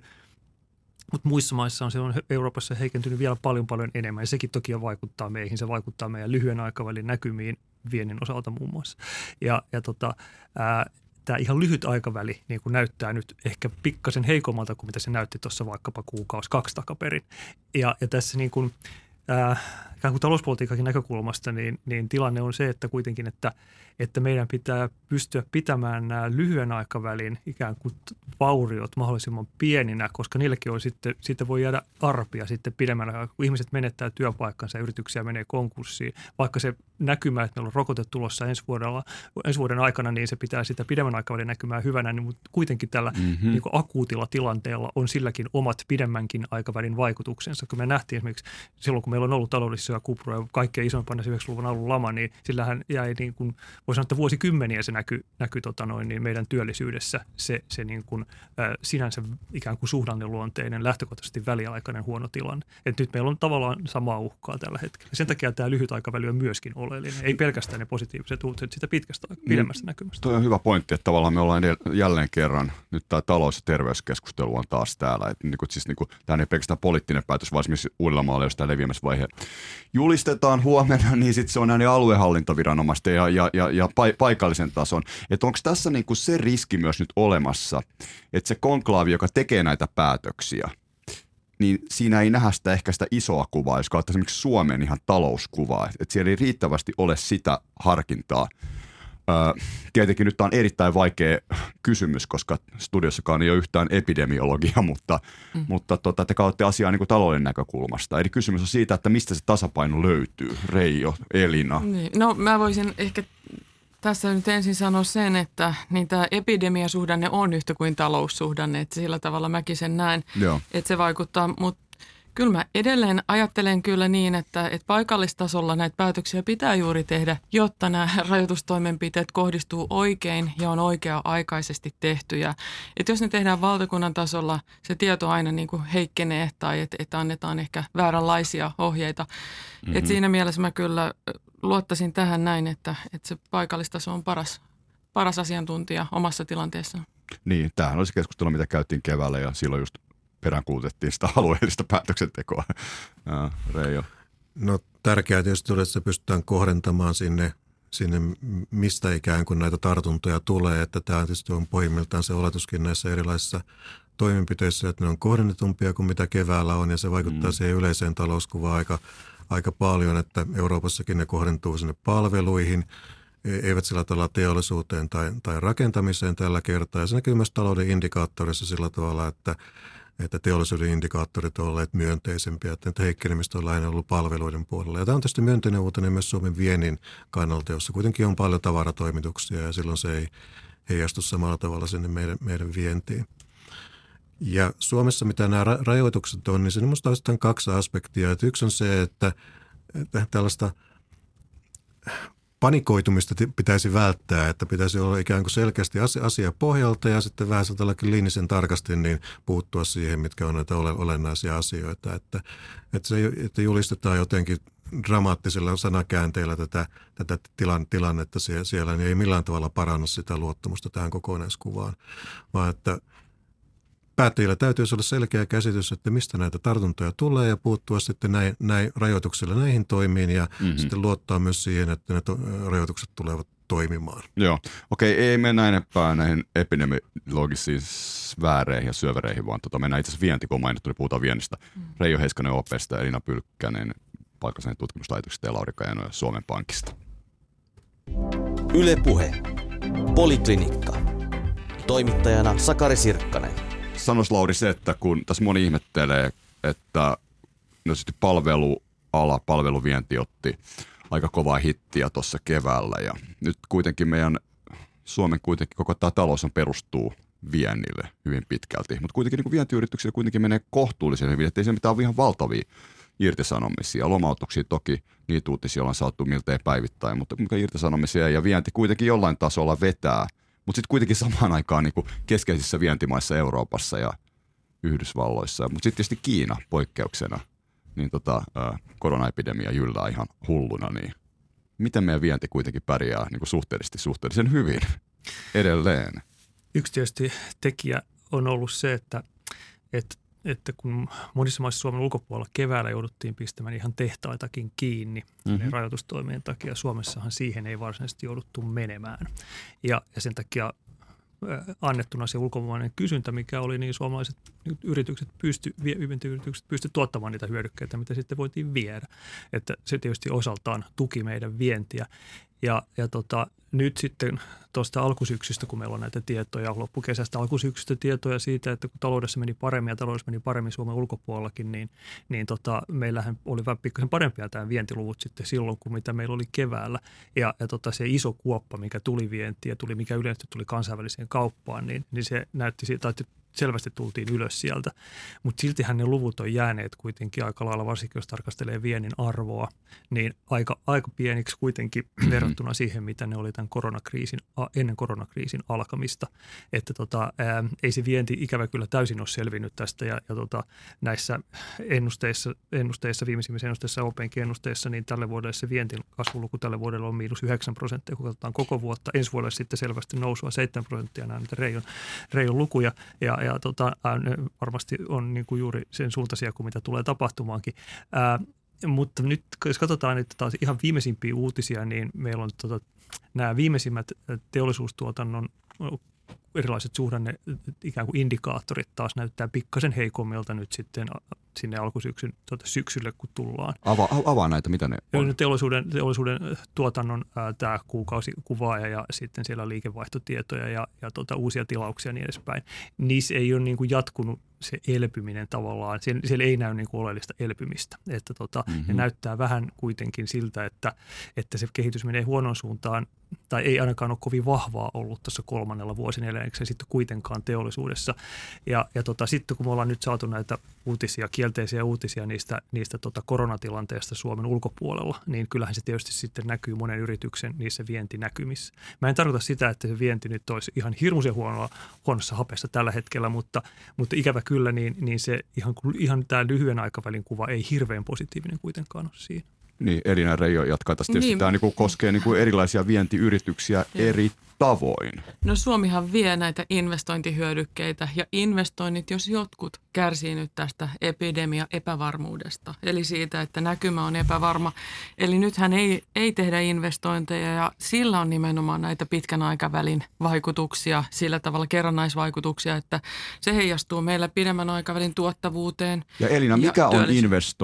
mutta muissa maissa on, se on Euroopassa heikentynyt vielä paljon paljon enemmän. Ja sekin toki vaikuttaa meihin, se vaikuttaa meidän lyhyen aikavälin näkymiin viennin osalta muun muassa. Ja, ja tota, ää, tämä ihan lyhyt aikaväli niin kuin näyttää nyt ehkä pikkasen heikommalta kuin mitä se näytti tuossa vaikkapa kuukausi kaksi takaperin. Ja, ja tässä niin kuin, äh, ikään kuin talouspolitiikankin näkökulmasta niin, niin tilanne on se, että kuitenkin, että, että meidän pitää pystyä pitämään nämä lyhyen aikavälin ikään kuin vauriot mahdollisimman pieninä, koska niillekin on sitten, sitten voi jäädä arpia sitten pidemmällä aikaa, kun ihmiset menettää työpaikkansa ja yrityksiä menee konkurssiin. Vaikka se näkymä, että meillä on rokote tulossa ensi, vuodella, ensi vuoden aikana, niin se pitää sitä pidemmän aikavälin näkymää hyvänä, niin, mutta kuitenkin tällä mm-hmm. niin kuin akuutilla tilanteella on silläkin omat pidemmänkin aikavälin vaikutuksensa. Kun me nähtiin esimerkiksi silloin, kun meillä on ollut taloudellisia kupruja, kaikkein isoimpana yhdeksänkymmentäluvun alun lama, niin sillähän jäi niin kuin, voi sanoa, että vuosikymmeniä se näkyi, näkyi tota noin, niin meidän työllisyydessä se, se niin kuin, äh, sinänsä ikään kuin suhdanneluonteinen, lähtökohtaisesti väliaikainen huono tilanne. Et nyt meillä on tavallaan samaa uhkaa tällä hetkellä. Sen takia tämä lyhyt aikaväli on myöskin oleellinen. Ei pelkästään ne positiiviset uutiset sitä pitkästä, pidemmästä mm, näkymästä. Tuo on hyvä pointti, että tavallaan me ollaan jälleen kerran, nyt tämä talous- ja terveyskeskustelu on taas täällä. Että niin kuin, siis niin kuin, tämä ei pelkästään poliittinen päätös, vaan esimerkiksi Uudellamaalla, jos tämä leviämisvaihe julistetaan huomenna, niin sitten se on näin aluehallintoviranomaisten ja, ja, ja, ja paikallisen tason. Että onko tässä niin kuin se riski myös nyt olemassa, että se konklaavi, joka tekee näitä päätöksiä, niin siinä ei nähdä sitä ehkä sitä isoa kuvaa, jos katsoo esimerkiksi Suomen ihan talouskuvaa, että siellä ei riittävästi ole sitä harkintaa. Öö, tietenkin nyt tämä on erittäin vaikea kysymys, koska studiossakaan ei ole yhtään epidemiologia, mutta, mm. mutta tota, te katsotte asiaa niin kuin talouden näkökulmasta. Eli kysymys on siitä, että mistä se tasapaino löytyy, Reijo, Elina. Niin. No mä voisin ehkä tässä nyt ensin sanoa sen, että niin tämä epidemiasuhdanne on yhtä kuin taloussuhdanne, että sillä tavalla mäkin sen näen, Joo. että se vaikuttaa, mutta Kyllä mä edelleen ajattelen kyllä niin, että, että paikallistasolla näitä päätöksiä pitää juuri tehdä, jotta nämä rajoitustoimenpiteet kohdistuu oikein ja on oikea-aikaisesti tehtyjä. Että jos ne tehdään valtakunnan tasolla, se tieto aina niin kuin heikkenee tai että, että annetaan ehkä vääränlaisia ohjeita. Mm-hmm. Että siinä mielessä mä kyllä luottaisin tähän näin, että, että se paikallistaso on paras, paras asiantuntija omassa tilanteessaan. Niin, tämähän oli se keskustelu, mitä käytiin keväällä ja silloin just peräänkuulutettiin sitä alueellista päätöksentekoa. Ja, Reijo. No tärkeää tietysti on, että se pystytään kohdentamaan sinne, sinne, mistä ikään kuin näitä tartuntoja tulee. Että tämä tietysti on pohjimmiltaan se oletuskin näissä erilaisissa toimenpiteissä, että ne on kohdennetumpia kuin mitä keväällä on ja se vaikuttaa mm. siihen yleiseen talouskuvaan aika, aika paljon, että Euroopassakin ne kohdentuu sinne palveluihin, eivät sillä tavalla teollisuuteen tai, tai rakentamiseen tällä kertaa. Ja se näkyy myös talouden indikaattorissa sillä tavalla, että että teollisuuden indikaattorit ovat olleet myönteisempiä, että heikkenemistä on lähinnä ollut palveluiden puolella. Ja tämä on tietysti myönteinen uutinen myös Suomen viennin kannalta, jossa kuitenkin on paljon tavaratoimituksia ja silloin se ei heijastu samalla tavalla sinne meidän, meidän vientiin. Ja Suomessa, mitä nämä rajoitukset on, niin se on minusta oikeastaan kaksi aspektia. Että yksi on se, että, että tällaista panikoitumista pitäisi välttää, että pitäisi olla ikään kuin selkeästi asia pohjalta ja sitten vähän sellainen linjisen tarkasti niin puuttua siihen, mitkä on näitä olennaisia asioita. Että, että, se, että julistetaan jotenkin dramaattisella sanakäänteillä tätä, tätä tilannetta siellä, niin ei millään tavalla paranna sitä luottamusta tähän kokonaiskuvaan, vaan että päättäjillä täytyisi olla selkeä käsitys, että mistä näitä tartuntoja tulee ja puuttua sitten näin, näin rajoituksilla näihin toimiin ja mm-hmm. sitten luottaa myös siihen, että ne to, rajoitukset tulevat toimimaan. Joo, okei, ei mennä enempää näihin epidemiologisiin sfääreihin ja syövereihin, vaan tota, mennään itse asiassa vienti, kun mainittu, niin puhutaan viennistä. Mm. Reijo Heiskanen O P:stä, Elina Pylkkänen paikallisen tutkimuslaitoksesta ja Lauri Kajanoja Suomen Pankista. Yle Puhe. Poliklinikka. Toimittajana Sakari Sirkkanen. Sanois Lauri se, että kun tässä moni ihmettelee, että no sitten palveluala, palveluvienti otti aika kovaa hittiä tuossa keväällä ja nyt kuitenkin meidän Suomen kuitenkin koko tämä talous on perustuu viennille hyvin pitkälti, mutta kuitenkin niin vientiyrityksillä kuitenkin menee kohtuullisen hyvin, ettei se mitään ole ihan valtavia irtisanomisia. Lomautuksia toki, niitä uutisia ollaan saatu miltei päivittäin, mutta irtisanomisia ja vienti kuitenkin jollain tasolla vetää. Mutta sitten kuitenkin samaan aikaan niin kuin keskeisissä vientimaissa Euroopassa ja Yhdysvalloissa. Mutta sitten tietysti Kiina poikkeuksena, niin tota, ää, koronaepidemia jyllää ihan hulluna. Niin miten meidän vienti kuitenkin pärjää niin kuin suhteellisesti suhteellisen hyvin edelleen? Yksi tietysti tekijä on ollut se, että, että, että kun monissa maissa Suomen ulkopuolella keväällä jouduttiin pistämään ihan tehtaitakin kiinni mm-hmm. rajoitustoimien takia, Suomessahan siihen ei varsinaisesti jouduttu menemään. Ja, ja sen takia annettuna se ulkomainen kysyntä, mikä oli, niin suomalaiset yritykset pysty, yritykset pysty tuottamaan niitä hyödykkeitä, mitä sitten voitiin viedä. Että se tietysti osaltaan tuki meidän vientiä. Ja, ja tota, nyt sitten tuosta alkusyksystä, kun meillä on näitä tietoja, loppukesästä alkusyksystä tietoja siitä, että kun taloudessa meni paremmin ja taloudessa meni paremmin Suomen ulkopuolellakin, niin, niin tota, meillähän oli vähän pikkasen parempia tämä vientiluvut sitten silloin, kuin mitä meillä oli keväällä. Ja, ja tota, se iso kuoppa, mikä tuli vientiä, tuli, mikä yleensä tuli kansainväliseen kauppaan, niin, niin se näytti siitä, että selvästi tultiin ylös sieltä, mutta siltihän ne luvut on jääneet kuitenkin aika lailla, varsinkin jos tarkastelee viennin arvoa, niin aika, aika pieniksi kuitenkin verrattuna siihen, mitä ne oli tämän koronakriisin, ennen koronakriisin alkamista. Että tota, ää, ei se vienti ikävä kyllä täysin ole selvinnyt tästä ja, ja tota, näissä ennusteissa, ennusteissa, viimeisimmissä ennusteissa, O P:nkin ennusteissa, niin tälle vuodelle se vientin kasvuluku tälle vuodelle on miinus yhdeksän prosenttia, kun katsotaan koko vuotta. Ensi vuodelle sitten selvästi nousua seitsemän prosenttia, nämä nyt Reijon, Reijon lukuja ja Ja tota, ne varmasti on niin kuin juuri sen suuntaisia kuin mitä tulee tapahtumaankin. Ää, mutta nyt jos katsotaan nyt taas ihan viimeisimpiä uutisia, niin meillä on tota, nämä viimeisimmät teollisuustuotannon erilaiset suhdanne ikään kuin indikaattorit taas näyttää pikkasen heikommilta nyt sitten sinne alkusyksyn tuota, syksylle, kun tullaan. Ava, avaa näitä, mitä ne on? Teollisuuden, teollisuuden tuotannon ää, tämä kuukausikuvaaja ja sitten siellä liikevaihtotietoja ja, ja tuota, uusia tilauksia ja niin edespäin. Niissä ei ole niin kuin jatkunut se elpyminen tavallaan. Siellä, siellä ei näy niin kuin oleellista elpymistä. Että tota, mm-hmm. ne näyttää vähän kuitenkin siltä, että, että se kehitys menee huonoon suuntaan tai ei ainakaan ole kovin vahvaa ollut tuossa kolmannella vuosineljänneksellä sitten kuitenkaan teollisuudessa. Ja, ja tota, sitten kun me ollaan nyt saatu näitä uutisia, kielteisiä uutisia niistä, niistä tota koronatilanteesta Suomen ulkopuolella, niin kyllähän se tietysti sitten näkyy monen yrityksen niissä vientinäkymissä. Mä en tarkoita sitä, että se vienti nyt olisi ihan hirmuisen huonoa, huonossa hapessa tällä hetkellä, mutta, mutta ikävä kyllä, niin, niin se ihan, ihan tämä lyhyen aikavälin kuva ei hirveän positiivinen kuitenkaan ole siinä. Niin, Elina Reijo jatkaa tästä. Tietysti Niin. tämä niin kuin koskee niin kuin erilaisia vientiyrityksiä eri tavoin. No Suomihan vie näitä investointihyödykkeitä ja investoinnit, jos jotkut, kärsii nyt tästä epidemia-epävarmuudesta. Eli siitä, että näkymä on epävarma. Eli nythän ei, ei tehdä investointeja ja sillä on nimenomaan näitä pitkän aikavälin vaikutuksia, sillä tavalla kerrannaisvaikutuksia, että se heijastuu meillä pidemmän aikavälin tuottavuuteen. Ja Elina, mikä ja on työllisyys-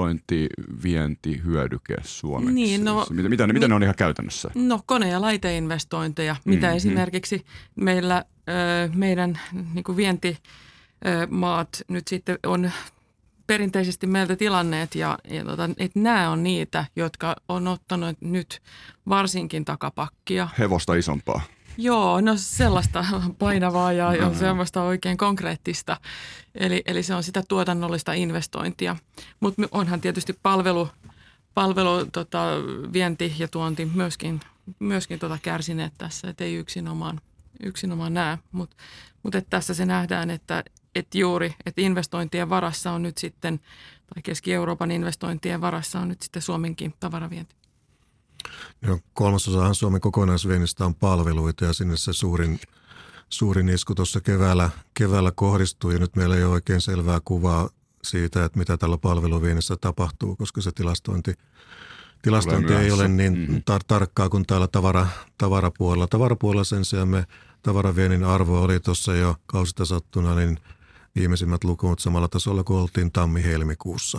investointivientihyödyke suomeksi? Niin, no, mitä, mitä, ne, mitä ne on ihan käytännössä? No kone- ja laiteinvestointeja, mitä Mhm. esimerkiksi meillä, ö, meidän niin kuin vientimaat nyt sitten on perinteisesti meiltä tilanneet ja, ja tota, että nämä on niitä, jotka on ottanut nyt varsinkin takapakkia. Hevosta isompaa. Joo, no sellaista painavaa ja, ja semmoista oikein konkreettista. Eli, eli se on sitä tuotannollista investointia. Mutta onhan tietysti palvelu, palvelu tota, vienti ja tuonti myöskin, myöskin tota kärsineet tässä, että ei yksinomaan, yksinomaan näe. Mutta mut tässä se nähdään, että et juuri, että investointien varassa on nyt sitten, tai Keski-Euroopan investointien varassa on nyt sitten Suomenkin tavaravienti. No, kolmasosahan Suomen kokonaisviennistä on palveluita ja sinne se suurin, suurin isku tuossa keväällä, keväällä kohdistuu ja nyt meillä ei ole oikein selvää kuvaa siitä, että mitä tällä palveluviennissä tapahtuu, koska se tilastointi, tilastointi ei ole niin tar- tarkkaa kuin täällä tavara, tavarapuolella. Tavarapuolella sen sijaan me tavaraviennin arvo oli tuossa jo kausitasottuna niin viimeisimmät lukut samalla tasolla kuin oltiin tammi-helmikuussa.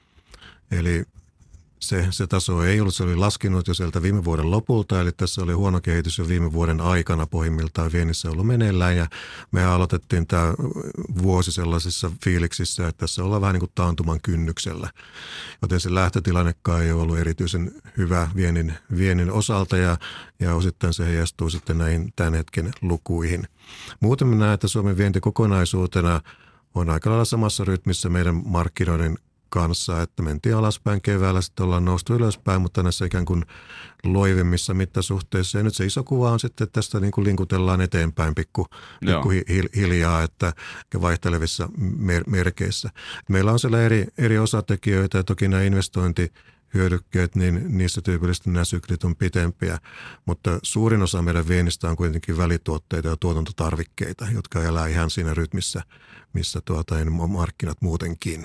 Eli Se, se taso ei ollut, se oli laskenut jo sieltä viime vuoden lopulta, eli tässä oli huono kehitys jo viime vuoden aikana pohjimmiltaan viennissä ollut meneillään ja me aloitettiin tämä vuosi sellaisissa fiiliksissä, että tässä ollaan vähän niin kuin taantuman kynnyksellä, joten se lähtötilannekaan ei ole ollut erityisen hyvä viennin, viennin osalta ja, ja osittain se heijastuu sitten näihin tämän hetken lukuihin. Muuten me näen, että Suomen vienti kokonaisuutena on aika lailla samassa rytmissä meidän markkinoiden kanssa, että mentiin alaspäin keväällä, sitten ollaan noustu ylöspäin, mutta näissä ikään kuin loivemmissa mittasuhteissa. Ja nyt se iso kuva on sitten, että tästä niin kuin linkutellaan eteenpäin pikku, pikku hiljaa, että vaihtelevissa mer- merkeissä. Meillä on siellä eri, eri osatekijöitä ja toki nämä investointihyödykkeet, niin niissä tyypillisesti nämä syklit on pitempiä, mutta suurin osa meidän viennistä on kuitenkin välituotteita ja tuotantotarvikkeita, jotka elää ihan siinä rytmissä, missä tuota, markkinat muutenkin.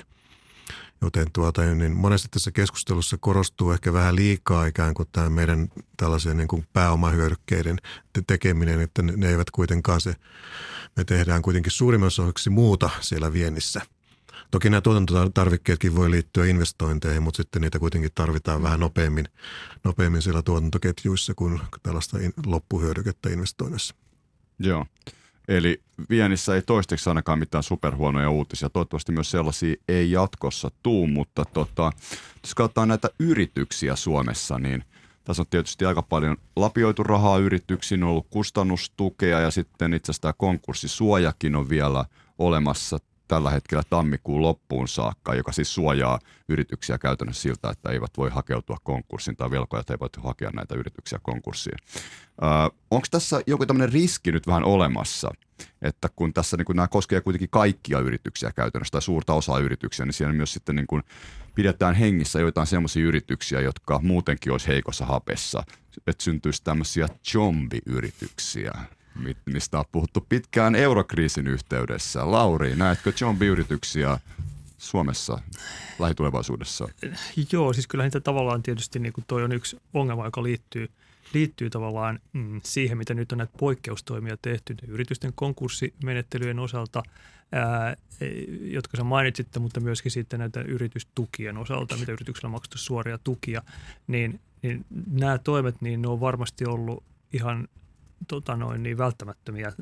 Joten tuota, niin monesti tässä keskustelussa korostuu ehkä vähän liikaa ikään kuin tämä meidän tällaisen niin kuin pääomahyödykkeiden tekeminen, että ne eivät kuitenkaan se, me tehdään kuitenkin suurimmassa osaksi muuta siellä viennissä. Toki nämä tuotantotarvikkeetkin voi liittyä investointeihin, mutta sitten niitä kuitenkin tarvitaan vähän nopeammin, nopeammin siellä tuotantoketjuissa kuin tällaista loppuhyödykettä investoinnissa. Joo. Eli viennissä ei toistaiseksi ainakaan mitään superhuonoja uutisia. Toivottavasti myös sellaisia ei jatkossa tuu, mutta tota, jos katsotaan näitä yrityksiä Suomessa, niin tässä on tietysti aika paljon lapioitu rahaa yrityksiin, on ollut kustannustukea ja sitten itse asiassa tämä konkurssisuojakin on vielä olemassa tällä hetkellä tammikuun loppuun saakka, joka siis suojaa yrityksiä käytännössä siltä, että eivät voi hakeutua konkurssiin tai velkojat eivät hakea näitä yrityksiä konkurssiin. Öö, onko tässä joku tämmöinen riski nyt vähän olemassa, että kun tässä niin kun nämä koskee kuitenkin kaikkia yrityksiä käytännössä tai suurta osaa yrityksiä, niin siellä myös sitten niin kun pidetään hengissä joitain sellaisia yrityksiä, jotka muutenkin olisi heikossa hapessa, että syntyisi tämmöisiä zombiyrityksiä, mistä on puhuttu pitkään eurokriisin yhteydessä. Lauri, näetkö zombiyrityksiä Suomessa lähitulevaisuudessa? Joo, siis kyllä niitä tavallaan tietysti niin kuin toi on yksi ongelma, joka liittyy, liittyy tavallaan mm, siihen, mitä nyt on näitä poikkeustoimia tehty yritysten konkurssimenettelyjen osalta, ää, jotka sä mainitsitte, mutta myöskin sitten näitä yritystukien osalta, mitä yrityksellä on maksettu suoria tukia, niin, niin nämä toimet, niin ne on varmasti ollut ihan tota noin, niin välttämättömiä nyt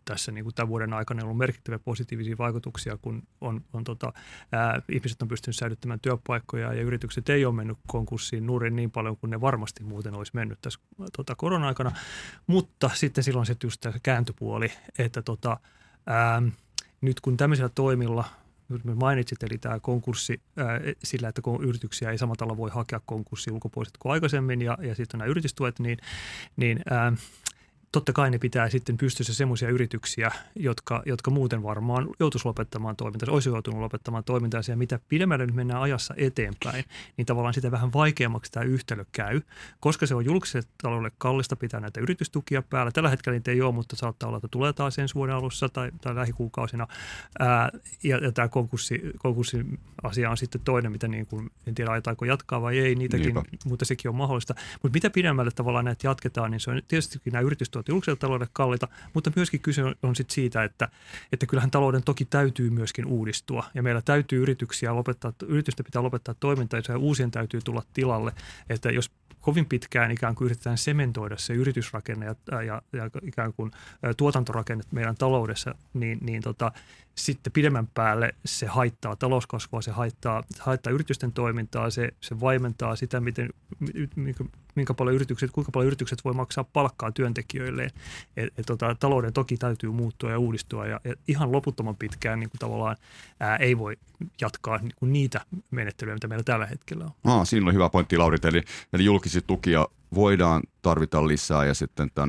tässä niin kuin tämän vuoden aikana ollut merkittäviä positiivisia vaikutuksia, kun on, on tota, ää, ihmiset on pystynyt säilyttämään työpaikkoja ja yritykset ei ole mennyt konkurssiin nurin niin paljon kuin ne varmasti muuten olisi mennyt tässä tota, korona-aikana. Mutta sitten silloin se just tämä kääntöpuoli, että tota, ää, nyt kun tämmöisillä toimilla – mainitsit, eli tämä konkurssi ää, sillä, että yrityksiä ei samalla tavalla voi hakea konkurssi ulkopuoliset kuin aikaisemmin ja, ja sitten nämä yritystuet, niin, niin ää, totta kai ne pitää sitten pystyssä semmoisia yrityksiä, jotka, jotka muuten varmaan joutuisi lopettamaan toimintaa, olisi joutunut lopettamaan toimintaa, ja mitä pidemmälle nyt mennään ajassa eteenpäin, niin tavallaan sitä vähän vaikeammaksi tämä yhtälö käy, koska se on julkiselle taloudelle kallista pitää näitä yritystukia päällä. Tällä hetkellä niitä ei ole, mutta saattaa olla, että tulee taas ensi vuoden alussa tai, tai lähikuukausina. Ää, ja, ja tämä konkurssi, konkurssin asia on sitten toinen, mitä niin kuin, en tiedä aiotaanko jatkaa vai ei, niitäkin, Niinpä. Mutta sekin on mahdollista. Mutta mitä pidemmälle tavallaan näitä jatketaan, niin se on tietysti nämä yritystuot julkiselle taloudelle kalliita, mutta myöskin kyse on, on sit siitä, että, että kyllähän talouden toki täytyy myöskin uudistua ja meillä täytyy yrityksiä lopettaa, yritystä pitää lopettaa toimintaa ja uusien täytyy tulla tilalle, että jos kovin pitkään ikään kuin yritetään sementoida se yritysrakenne ja, ja, ja ikään kuin tuotantorakenne meidän taloudessa, niin, niin tota, sitten pidemmän päälle se haittaa talouskasvua, se haittaa, haittaa yritysten toimintaa, se, se vaimentaa sitä, miten, minkä paljon yritykset, kuinka paljon yritykset voi maksaa palkkaa työntekijöilleen. Et, et, tota, talouden toki täytyy muuttua ja uudistua ja, ja ihan loputtoman pitkään niin kuin tavallaan ää, ei voi jatkaa niin kuin niitä menettelyjä, mitä meillä tällä hetkellä on. Ah, siinä on hyvä pointti, Laurit. Eli, eli julkisia tukia voidaan tarvita lisää ja sitten tämän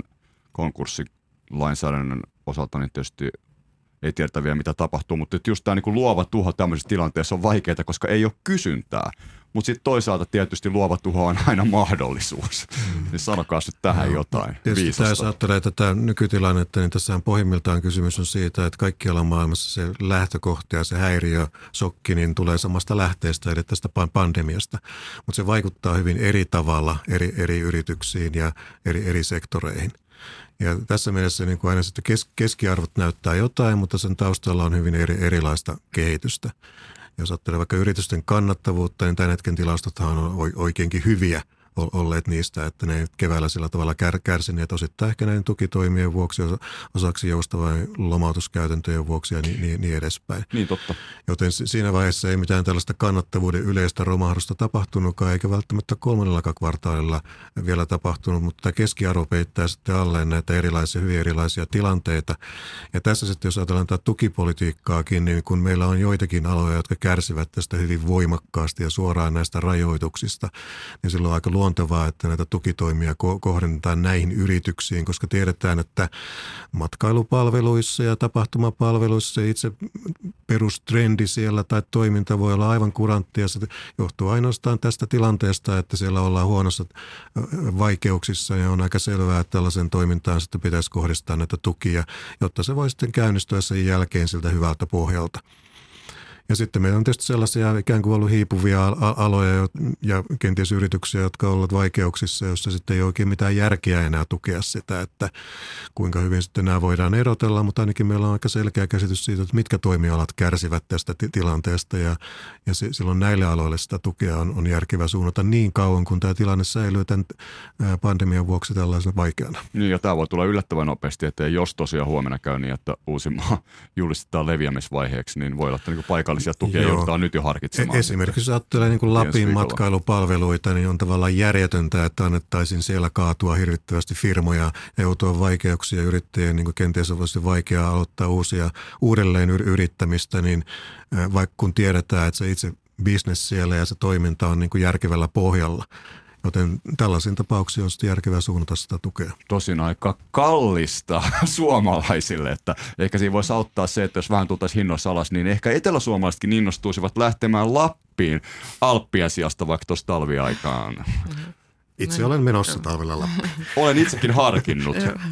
konkurssilainsäädännön osalta niin tietysti ei tiedetä vielä, mitä tapahtuu, mutta just tämä niin luova tuho tämmöisessä tilanteessa on vaikeaa, koska ei ole kysyntää. Mutta sitten toisaalta tietysti luova tuho on aina mahdollisuus. Mm. Niin sanokaa nyt tähän no, jotain viisasta. Jos ajattelee tätä nykytilannetta, niin tässähän pohjimmiltaan kysymys on siitä, että kaikkialla maailmassa se lähtökohta ja se häiriö, sokki, niin tulee samasta lähteestä, eli tästä pandemiasta. Mutta se vaikuttaa hyvin eri tavalla eri, eri yrityksiin ja eri, eri sektoreihin. Ja tässä mielessä niin kuin aina sitten kes, keskiarvot näyttää jotain, mutta sen taustalla on hyvin eri, erilaista kehitystä. Jos ajattelee vaikka yritysten kannattavuutta, niin tämän hetken tilastothan on oikeinkin hyviä olleet niistä, että ne ei keväällä sillä tavalla kär, kärsineet osittain ehkä näiden tukitoimien vuoksi, osaksi joustavaa lomautuskäytäntöjen vuoksi ja niin, niin, niin edespäin. Niin totta. Joten siinä vaiheessa ei mitään tällaista kannattavuuden yleistä romahdusta tapahtunutkaan, eikä välttämättä kolmannellakaan kvartaalilla vielä tapahtunut, mutta tämä keskiarvo peittää sitten alleen näitä erilaisia, hyvin erilaisia tilanteita. Ja tässä sitten, jos ajatellaan tätä tukipolitiikkaakin, niin kun meillä on joitakin aloja, jotka kärsivät tästä hyvin voimakkaasti ja suoraan näistä rajoituksista, niin silloin on aika luontevaa, että näitä tukitoimia kohdennetaan näihin yrityksiin, koska tiedetään, että matkailupalveluissa ja tapahtumapalveluissa itse perustrendi siellä tai toiminta voi olla aivan kuranttia. Se johtuu ainoastaan tästä tilanteesta, että siellä ollaan huonossa vaikeuksissa ja on aika selvää, että tällaisen toimintaan sitten pitäisi kohdistaa näitä tukia, jotta se voi sitten käynnistyä sen jälkeen siltä hyvältä pohjalta. Ja sitten meillä on tietysti sellaisia ikään kuin ollut hiipuvia aloja ja kenties yrityksiä, jotka ovat vaikeuksissa, joissa sitten ei oikein mitään järkeä enää tukea sitä, että kuinka hyvin sitten nämä voidaan erotella, mutta ainakin meillä on aika selkeä käsitys siitä, että mitkä toimialat kärsivät tästä tilanteesta ja, ja silloin näille aloille sitä tukea on, on järkevä suunnata niin kauan, kun tämä tilanne säilyy tämän pandemian vuoksi tällaisena vaikeana. Niin ja tämä voi tulla yllättävän nopeasti, että jos tosiaan huomenna käy niin, että Uusimaa julistetaan leviämisvaiheeksi, niin voi olla, että niin paikallisia tukea joudutaan nyt jo harkitsemaan. Esimerkiksi jos ajattelee niin kuin Lapin matkailupalveluita, niin on tavallaan järjetöntä, että annettaisiin siellä kaatua hirvittävästi firmoja ja joutua vaikeuksia yrittäjien, niin kuin kenties olisi vaikeaa aloittaa uusia uudelleen yrittämistä, niin vaikka kun tiedetään, että se itse business siellä ja se toiminta on niin kuin järkevällä pohjalla, joten tällaisiin tapauksiin on sitten järkevää suunnata sitä tukea. Tosin aika kallista suomalaisille, että ehkä siinä voisi auttaa se, että jos vähän tultaisiin hinnoissa alas, niin ehkä eteläsuomalaisetkin innostuisivat lähtemään Lappiin Alppien sijasta vaikka tuossa talviaikaan. Itse olen menossa talvella Lappiin. Olen itsekin harkinnut.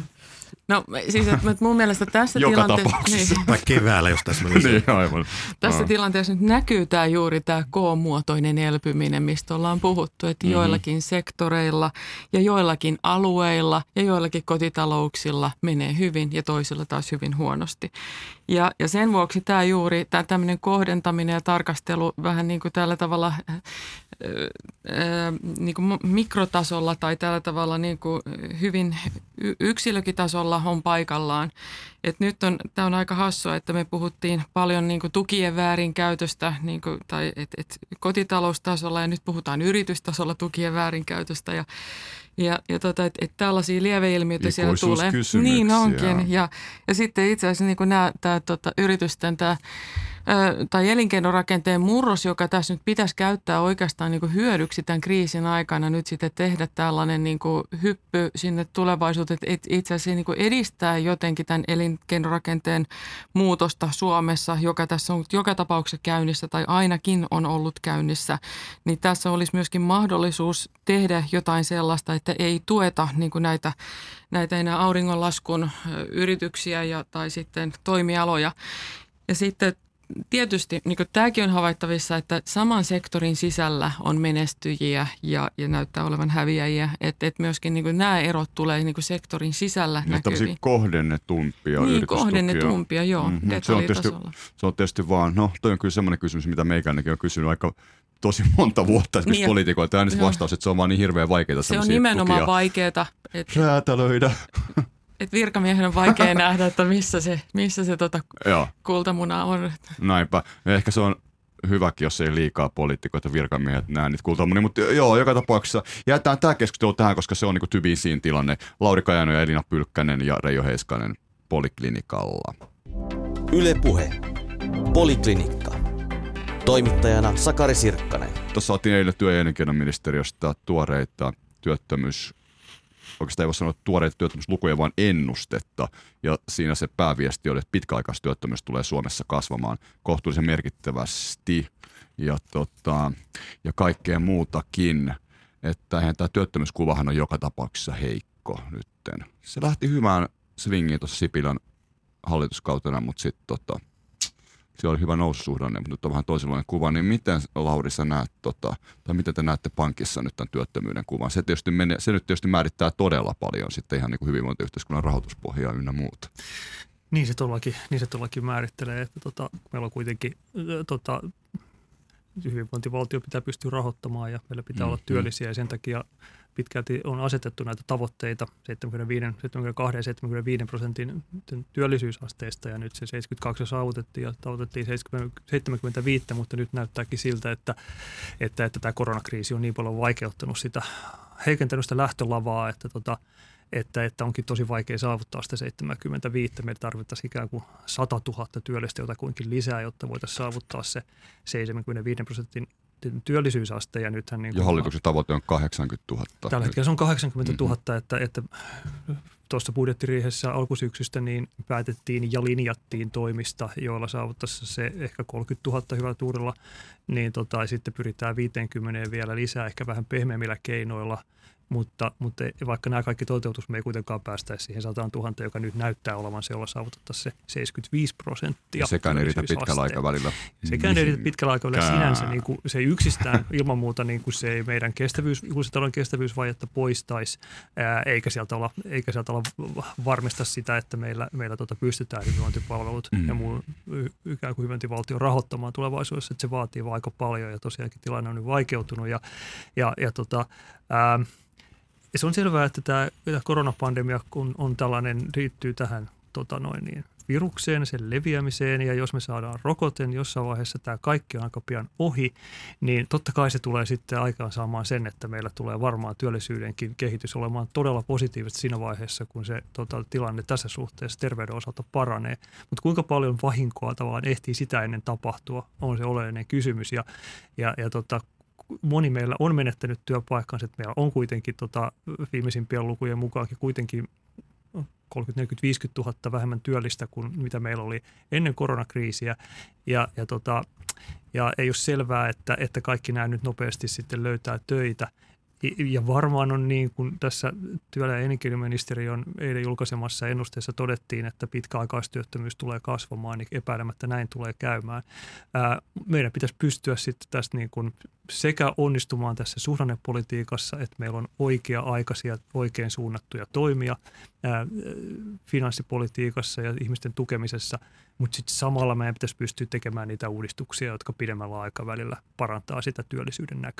No siis, että mun mielestä tässä Joka tilanteessa... tapauksessa. Niin, tai keväällä, jos tässä menisi. Niin, aivan. Tässä no. tilanteessa nyt näkyy tämä juuri tämä K-muotoinen elpyminen, mistä ollaan puhuttu, että mm-hmm. joillakin sektoreilla ja joillakin alueilla ja joillakin kotitalouksilla menee hyvin ja toisilla taas hyvin huonosti. Ja, ja sen vuoksi tämä juuri, tämä tämmöinen kohdentaminen ja tarkastelu vähän niin kuin tällä tavalla äh, äh, niin kuin mikrotasolla tai tällä tavalla niin kuin hyvin yksilökitasolla on paikallaan. et nyt on, tämä on aika hassua, että me puhuttiin paljon niin kuin tukien väärinkäytöstä niin kuin, tai et, et kotitaloustasolla ja nyt puhutaan yritystasolla tukien väärinkäytöstä ja Ja, ja tota, että et tällaisia lieveilmiöitä siellä tulee. Niin onkin. Ja, ja sitten itse asiassa niin nämä tää, tota, yritysten tämä tai elinkeinorakenteen murros, joka tässä nyt pitäisi käyttää oikeastaan niin kuin hyödyksi tämän kriisin aikana nyt sitten tehdä tällainen niin kuin hyppy sinne tulevaisuuteen, että itse asiassa niin kuin edistää jotenkin tämän elinkeinorakenteen muutosta Suomessa, joka tässä on joka tapauksessa käynnissä tai ainakin on ollut käynnissä, niin tässä olisi myöskin mahdollisuus tehdä jotain sellaista, että ei tueta niin kuin näitä, näitä enää auringonlaskun yrityksiä ja, tai sitten toimialoja. Ja sitten tietysti niin kuin tämäkin on havaittavissa, että saman sektorin sisällä on menestyjiä ja, ja näyttää olevan häviäjiä, että, että myöskin niin kuin nämä erot tulee niin kuin sektorin sisällä niin näkyviin. Tämmöisiä kohdennetumpia Niin, yritystukia. kohdennetumpia, joo, mm-hmm. se, on tietysti, se on tietysti vaan, no toi on kyllä semmoinen kysymys, mitä meikäännekin on kysynyt aika tosi monta vuotta esimerkiksi niin, poliitikoilta. Ja aina vastaus, että se on vaan niin hirveän vaikeaa. Se on nimenomaan vaikeaa. Et... Räätälöidä. Että virkamiehen on vaikea nähdä, että missä se, missä se tota kultamuna on. Näinpä. Ja ehkä se on hyväkin, jos ei liikaa poliitikoita virkamiehet näe niitä kultamunia. Mutta joo, joka tapauksessa jätetään tämä keskustelu tähän, koska se on niin kuin tyvisin tilanne. Lauri Kajano ja Elina Pylkkänen ja Reijo Heiskanen Poliklinikalla. Yle Puhe. Poliklinikka. Toimittajana Sakari Sirkkanen. Tuossa saatiin eilen työ- ja elinkeinoministeriöstä tuoreita työttömyys Oikeastaan ei voi sanoa tuoreita työttömyyslukuja, vaan ennustetta. Ja siinä se pääviesti oli, että pitkäaikaistyöttömyys tulee Suomessa kasvamaan kohtuullisen merkittävästi ja, tota, ja kaikkea muutakin. Että eihän tämä työttömyyskuvahan on joka tapauksessa heikko nytten. Se lähti hyvään swingiin tuossa Sipilän hallituskautena, mutta sitten tota, se oli hyvä noususuhdanne, mutta nyt on vähän toisenlainen kuva. Niin miten, Lauri, sä näet, tota, tai miten te näette pankissa nyt tämän työttömyyden kuvan? Se, tietysti menee, se nyt tietysti määrittää todella paljon sitten ihan niin kuin hyvinvointiyhteiskunnan rahoituspohjaa ynnä muuta. Niin se todellakin, niin se todellakin määrittelee, että tota, meillä on kuitenkin tota, hyvinvointivaltio pitää pystyä rahoittamaan ja meillä pitää mm, olla työllisiä ja sen takia pitkälti on asetettu näitä tavoitteita seitsemänkymmentäviisi, seitsemänkymmentäkaksi ja seitsemänkymmentäviisi prosentin työllisyysasteesta ja nyt se seitsemänkymmentäkaksi saavutettiin ja tavoitettiin seitsemänkymmentäviisi, mutta nyt näyttääkin siltä, että, että, että tämä koronakriisi on niin paljon vaikeuttanut sitä, heikentänyt sitä lähtölavaa, että tota, Että, että onkin tosi vaikea saavuttaa sitä seitsemänkymmentäviisi. Meillä tarvittaisiin ikään kuin sata tuhatta työllistä jotakuinkin lisää, jotta voitaisiin saavuttaa se seitsemänkymmentäviisi prosentin työllisyysaste. Ja, nythän niin ja hallituksen tavoite on kahdeksankymmentätuhatta. Tällä hetkellä se on kahdeksankymmentätuhatta, mm-hmm. että, että tuossa budjettiriihessä alkusyksystä niin päätettiin ja linjattiin toimista, joilla saavuttaisiin se ehkä kolmekymmentätuhatta hyvällä tuurilla, niin tota, sitten pyritään viisikymmentä vielä lisää, ehkä vähän pehmeämmillä keinoilla. Mutta, mutta vaikka nämä kaikki toteutus, me ei kuitenkaan päästäisi siihen sataan tuhatta, joka nyt näyttää olevan se, jolla saavutettaisiin se seitsemänkymmentäviisi prosenttia. Ja sekään ei riitä pitkällä aikavälillä. Sekään ei riitä pitkällä aikavälillä sinänsä. Niin kuin se yksistään ilman muuta niin kuin se ei meidän kestävyys, julkisen kestävyysvajetta poistaisi, ää, eikä, sieltä olla, eikä sieltä olla varmista sitä, että meillä, meillä tuota pystytään hyvinvointipalvelut mm. ja muu ikään kuin hyvinvointivaltio rahoittamaan tulevaisuudessa. Että se vaatii vaan aika paljon ja tosiaankin tilanne on nyt vaikeutunut. Ja, ja, ja tota, ää, Ja se on selvää, että tämä koronapandemia kun on tällainen, riittyy tähän tota noin niin, virukseen, sen leviämiseen ja jos me saadaan rokoten jossain vaiheessa tämä kaikki on aika pian ohi, niin totta kai se tulee sitten aikaan saamaan sen, että meillä tulee varmaan työllisyydenkin kehitys olemaan todella positiivista siinä vaiheessa, kun se tota, tilanne tässä suhteessa terveyden osalta paranee. Mutta kuinka paljon vahinkoa tavallaan ehtii sitä ennen tapahtua, on se oleellinen kysymys ja, ja, ja tota, moni meillä on menettänyt työpaikkansa, että meillä on kuitenkin tota, viimeisimpien lukujen mukaankin kuitenkin kolmekymmentä, neljäkymmentä, viisikymmentä tuhatta vähemmän työllistä kuin mitä meillä oli ennen koronakriisiä. Ja, ja, tota, ja ei ole selvää, että, että kaikki nämä nyt nopeasti sitten löytää töitä. Ja varmaan on niin, kun tässä työ- ja elinkeinoministeriön eilen julkaisemassa ennusteessa todettiin, että pitkäaikaistyöttömyys tulee kasvamaan, niin epäilemättä näin tulee käymään. Ää, meidän pitäisi pystyä sitten tästä niin kuin sekä onnistumaan tässä suhdannepolitiikassa, että meillä on oikea-aikaisia, oikein suunnattuja toimia ää, finanssipolitiikassa ja ihmisten tukemisessa, mutta sitten samalla meidän pitäisi pystyä tekemään niitä uudistuksia, jotka pidemmällä aikavälillä parantaa sitä työllisyyden näkymää.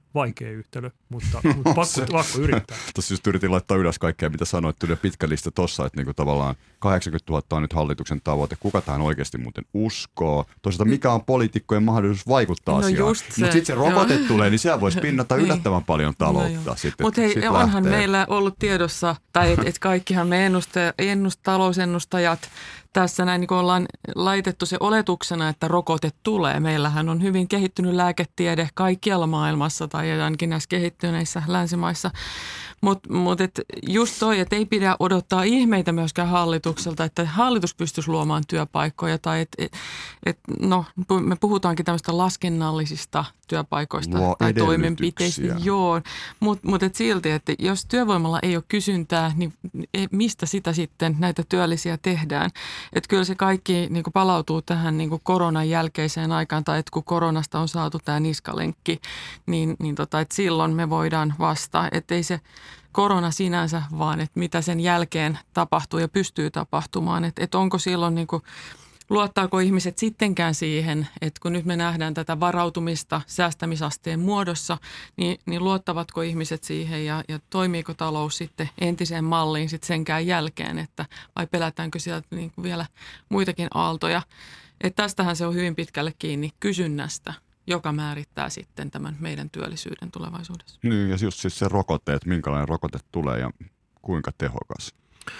vaikea yhtälö, mutta, mutta pakko, pakko yrittää. Tuossa just yritin laittaa ylös kaikkea, mitä sanoit, tuli pitkä lista tossa, että niinku tavallaan kahdeksankymmentätuhatta on nyt hallituksen tavoite. Kuka tähän oikeasti muuten uskoo? Toisaalta mikä on poliitikkojen mahdollisuus vaikuttaa No asiaan? just se, Mutta sitten se rokote joo. tulee, niin sehän voisi pinnata yllättävän paljon taloutta. No sitten, mutta hei, sit onhan lähtee. meillä ollut tiedossa, tai että et kaikkihan me ennuste, ennust, talousennustajat tässä näin niin kuin ollaan laitettu se oletuksena, että rokote tulee. Meillähän on hyvin kehittynyt lääketiede kaikkialla maailmassa tai ainakin näissä kehittyneissä länsimaissa. Mutta mut just toi, että ei pidä odottaa ihmeitä myöskään hallitukselta, että hallitus pystyisi luomaan työpaikkoja tai että et, et, no, me puhutaankin tämmöistä laskennallisista työpaikoista Luo tai edellytyksiä. toimenpiteistä. Joo, mutta mut et silti, että jos työvoimalla ei ole kysyntää, niin mistä sitä sitten näitä työllisiä tehdään? Että kyllä se kaikki niin kuin palautuu tähän niin kuin koronan jälkeiseen aikaan tai että kun koronasta on saatu tämä niskalenkki, niin, niin tota, että silloin me voidaan vastata, että ei se korona sinänsä, vaan että mitä sen jälkeen tapahtuu ja pystyy tapahtumaan. Että, että onko silloin, niin kuin, luottaako ihmiset sittenkään siihen, että kun nyt me nähdään tätä varautumista säästämisasteen muodossa, niin, niin luottavatko ihmiset siihen ja, ja toimiiko talous sitten entiseen malliin sitten senkään jälkeen, että vai pelätäänkö sieltä niin kuin vielä muitakin aaltoja. Että tästähän se on hyvin pitkälle kiinni kysynnästä, joka määrittää sitten tämän meidän työllisyyden tulevaisuudessa. Niin, ja just siis se rokote, että minkälainen rokote tulee ja kuinka tehokas.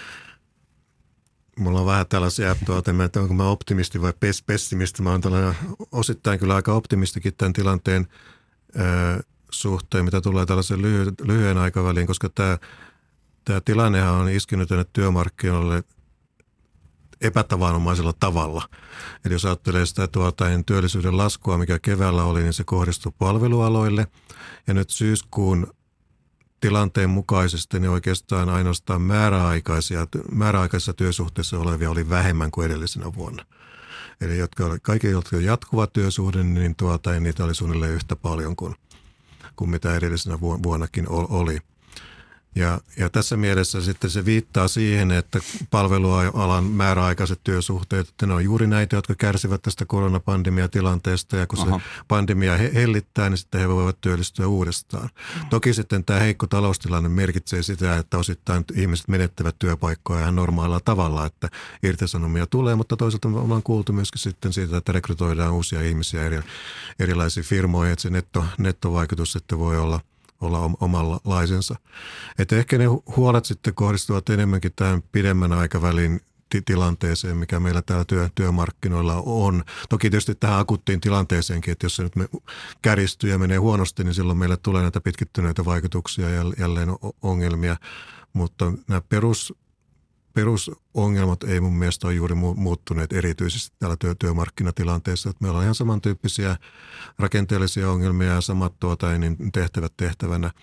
Mulla on vähän tällaisia, että onko mä optimisti vai pessimisti. Mä oon tällainen osittain kyllä aika optimistikin tämän tilanteen ö, suhteen, mitä tulee tällaisen lyhy- lyhyen aikaväliin, koska tämä, tämä tilannehan on iskenyt tänne työmarkkinoille epätavanomaisella tavalla. Eli jos ajattelee sitä tuota, niin työllisyyden laskua, mikä keväällä oli, niin se kohdistui palvelualoille. Ja nyt syyskuun tilanteen mukaisesti niin oikeastaan ainoastaan määräaikaisia, määräaikaisissa työsuhteissa olevia oli vähemmän kuin edellisenä vuonna. Eli jotka oli, kaikki, jotka on jatkuva työsuhde, niin tuota, niin niitä oli suunnilleen yhtä paljon kuin, kuin mitä edellisenä vuonnakin oli. Ja, ja tässä mielessä sitten se viittaa siihen, että palvelualan määräaikaiset työsuhteet, että ne on juuri näitä, jotka kärsivät tästä koronapandemiatilanteesta ja kun Aha. se pandemia hellittää, niin sitten he voivat työllistyä uudestaan. Toki sitten tämä heikko taloustilanne merkitsee sitä, että osittain ihmiset menettävät työpaikkoja ihan normaalilla tavalla, että irtisanomia tulee, mutta toisaalta me ollaan kuultu myöskin sitten siitä, että rekrytoidaan uusia ihmisiä eri, erilaisiin firmoihin, että se netto, nettovaikutus sitten voi olla olla omanlaisensa. Että ehkä ne huolet sitten kohdistuvat enemmänkin tähän pidemmän aikavälin t- tilanteeseen, mikä meillä täällä työ, työmarkkinoilla on. Toki tietysti tähän akuuttiin tilanteeseenkin, että jos se nyt me kärjistyy ja menee huonosti, niin silloin meille tulee näitä pitkittyneitä vaikutuksia ja jälleen ongelmia. Mutta nämä perus Perusongelmat ei mun mielestä ole juuri muuttuneet erityisesti täällä työ, työmarkkinatilanteessa. Että meillä on ihan samantyyppisiä rakenteellisia ongelmia ja samat tuota, niin tehtävät tehtävänä.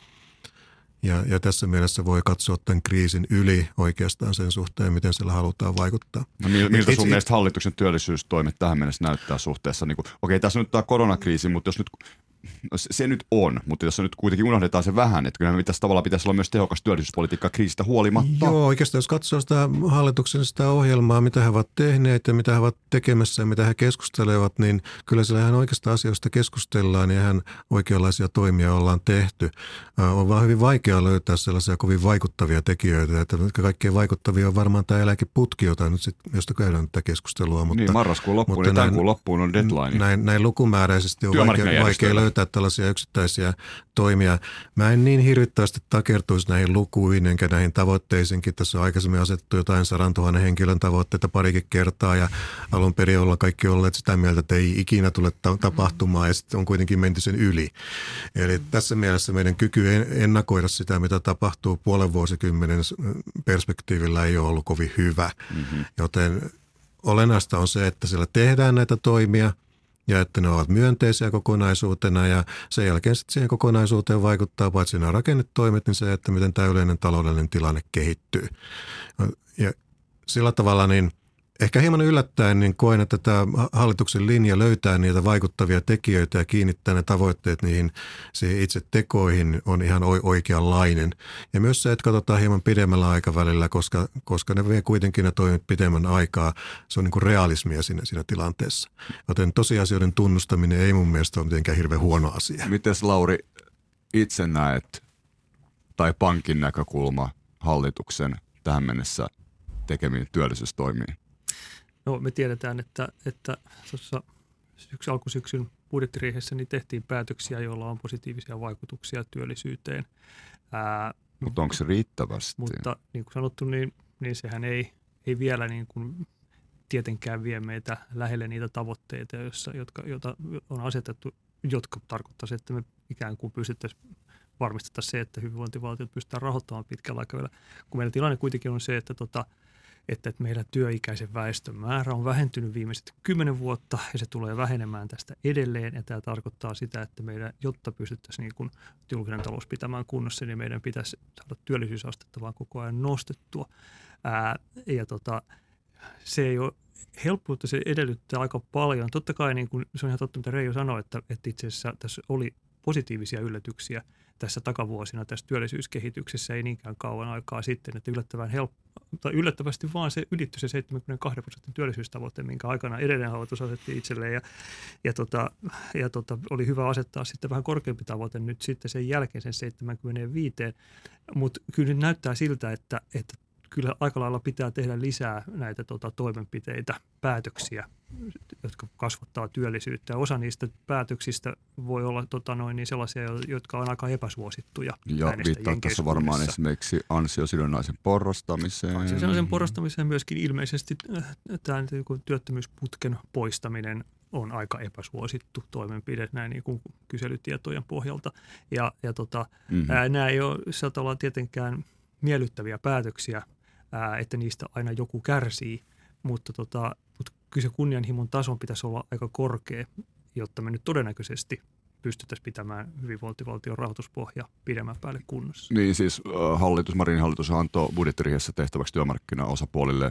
Ja, ja tässä mielessä voi katsoa tämän kriisin yli oikeastaan sen suhteen, miten siellä halutaan vaikuttaa. No miltä sun mielestä hallituksen työllisyystoimet tähän mennessä näyttää suhteessa? Niin kuin, okei, tässä on nyt tämä koronakriisi, mutta jos nyt se nyt on, mutta jos nyt kuitenkin unohdetaan se vähän, että kyllä pitäisi, tavallaan pitäisi olla myös tehokas työllisyyspolitiikka kriisistä huolimatta. Joo, oikeastaan jos katsoo sitä hallituksen sitä ohjelmaa, mitä he ovat tehneet ja mitä he ovat tekemässä ja mitä he keskustelevat, niin kyllä siellä ihan oikeasta asioista keskustellaan ja ihan oikeanlaisia toimia ollaan tehty. On vaan hyvin vaikea löytää sellaisia kovin vaikuttavia tekijöitä, että kaikkein vaikuttavia on varmaan tämä eläkeputki, jota nyt sitten, josta käydään tätä keskustelua. Mutta, niin, marraskuun loppuun ja tämän kuun loppuun on deadline. Näin, näin lukumääräisesti on vaikea, vaikea löytää tällaisia yksittäisiä toimia. Mä en niin hirvittävästi takertuisi näihin lukuihin enkä näihin tavoitteisiinkin. Tässä on aikaisemmin asetettu jotain sadantuhannen henkilön tavoitteita parikin kertaa ja alun perin olla kaikki olleet sitä mieltä, että ei ikinä tule ta- tapahtumaan ja sitten on kuitenkin menty sen yli. Eli tässä mielessä meidän kyky ennakoida sitä, mitä tapahtuu puolen vuosikymmenen perspektiivillä ei ole ollut kovin hyvä. Mm-hmm. Joten olennaista on se, että siellä tehdään näitä toimia ja että ne ovat myönteisiä kokonaisuutena ja sen jälkeen sitten siihen kokonaisuuteen vaikuttaa paitsi nämä rakennetoimet, niin se, että miten tämä yleinen taloudellinen tilanne kehittyy. Ja sillä tavalla niin ehkä hieman yllättäen niin koen, että tämä hallituksen linja löytää niitä vaikuttavia tekijöitä ja kiinnittää ne tavoitteet niihin itse tekoihin on ihan oikeanlainen. Ja myös se, että katsotaan hieman pidemmällä aikavälillä, koska, koska ne vie kuitenkin ne toimit pidemmän aikaa. Se on niin kuin realismia siinä, siinä tilanteessa. Joten tosiasioiden tunnustaminen ei mun mielestä ole mitenkään hirveän huono asia. Mites Lauri, itse näet tai pankin näkökulma hallituksen tähän mennessä tekemiin työllisyystoimiin? No me tiedetään, että, että tuossa syksy, alkusyksyn budjettiriihessä niin tehtiin päätöksiä, joilla on positiivisia vaikutuksia työllisyyteen. Ää, mutta onko se riittävästi? Mutta niin kuin sanottu, niin, niin sehän ei, ei vielä niin kuin tietenkään vie meitä lähelle niitä tavoitteita, joissa, jotka, joita on asetettu, jotka tarkoittaisi, että me ikään kuin pystyttäisiin varmistettaisiin se, että hyvinvointivaltiot pystytään rahoittamaan pitkällä aikavälillä. Kun meidän tilanne kuitenkin on se, että, tota, että, että meidän työikäisen väestön määrä on vähentynyt viimeiset kymmenen vuotta ja se tulee vähenemään tästä edelleen. Ja tämä tarkoittaa sitä, että meidän, jotta pystyttäisiin niin kuin julkinen talous pitämään kunnossa, niin meidän pitäisi saada työllisyysastetta vaan koko ajan nostettua. Ää, ja tota, se ei ole helppoa, että se edellyttää aika paljon. Totta kai niin kuin, se on ihan totta, mitä Reijo sanoi, että, että itse asiassa tässä oli positiivisia yllätyksiä tässä takavuosina tässä työllisyyskehityksessä ei niinkään kauan aikaa sitten, että yllättävän helppo, tai yllättävästi vaan se ylittyi se seitsemänkymmentäkaksi prosentin työllisyystavoite, minkä aikana edellinen hallitus asetti itselleen ja, ja, tota, ja tota, oli hyvä asettaa sitten vähän korkeampi tavoite nyt sitten sen jälkeen sen seitsemänkymmentäviisi, mutta kyllä nyt näyttää siltä, että, että kyllä aika lailla pitää tehdä lisää näitä tota, toimenpiteitä, päätöksiä, jotka kasvattaa työllisyyttä. Ja osa niistä päätöksistä voi olla tota, noin, niin sellaisia, jotka on aika epäsuosittuja. Ja viittaa tässä varmaan esimerkiksi ansiosidonnaisen porrastamiseen. Ansiosidonnaisen porrastamiseen myöskin ilmeisesti tämä työttömyysputken poistaminen on aika epäsuosittu toimenpide näin niin kuin kyselytietojen pohjalta. Ja, ja tota, mm-hmm. ää, nämä ei ole sieltä tietenkään miellyttäviä päätöksiä, ää, että niistä aina joku kärsii, mutta, tota, mutta kyllä se kunnianhimon tason pitäisi olla aika korkea, jotta me nyt todennäköisesti pystyttäisiin pitämään hyvinvointivaltion rahoituspohja pidemmän päälle kunnossa. Niin siis äh, hallitus, Marinin hallitus antoi budjettiriihessä tehtäväksi työmarkkinaosapuolille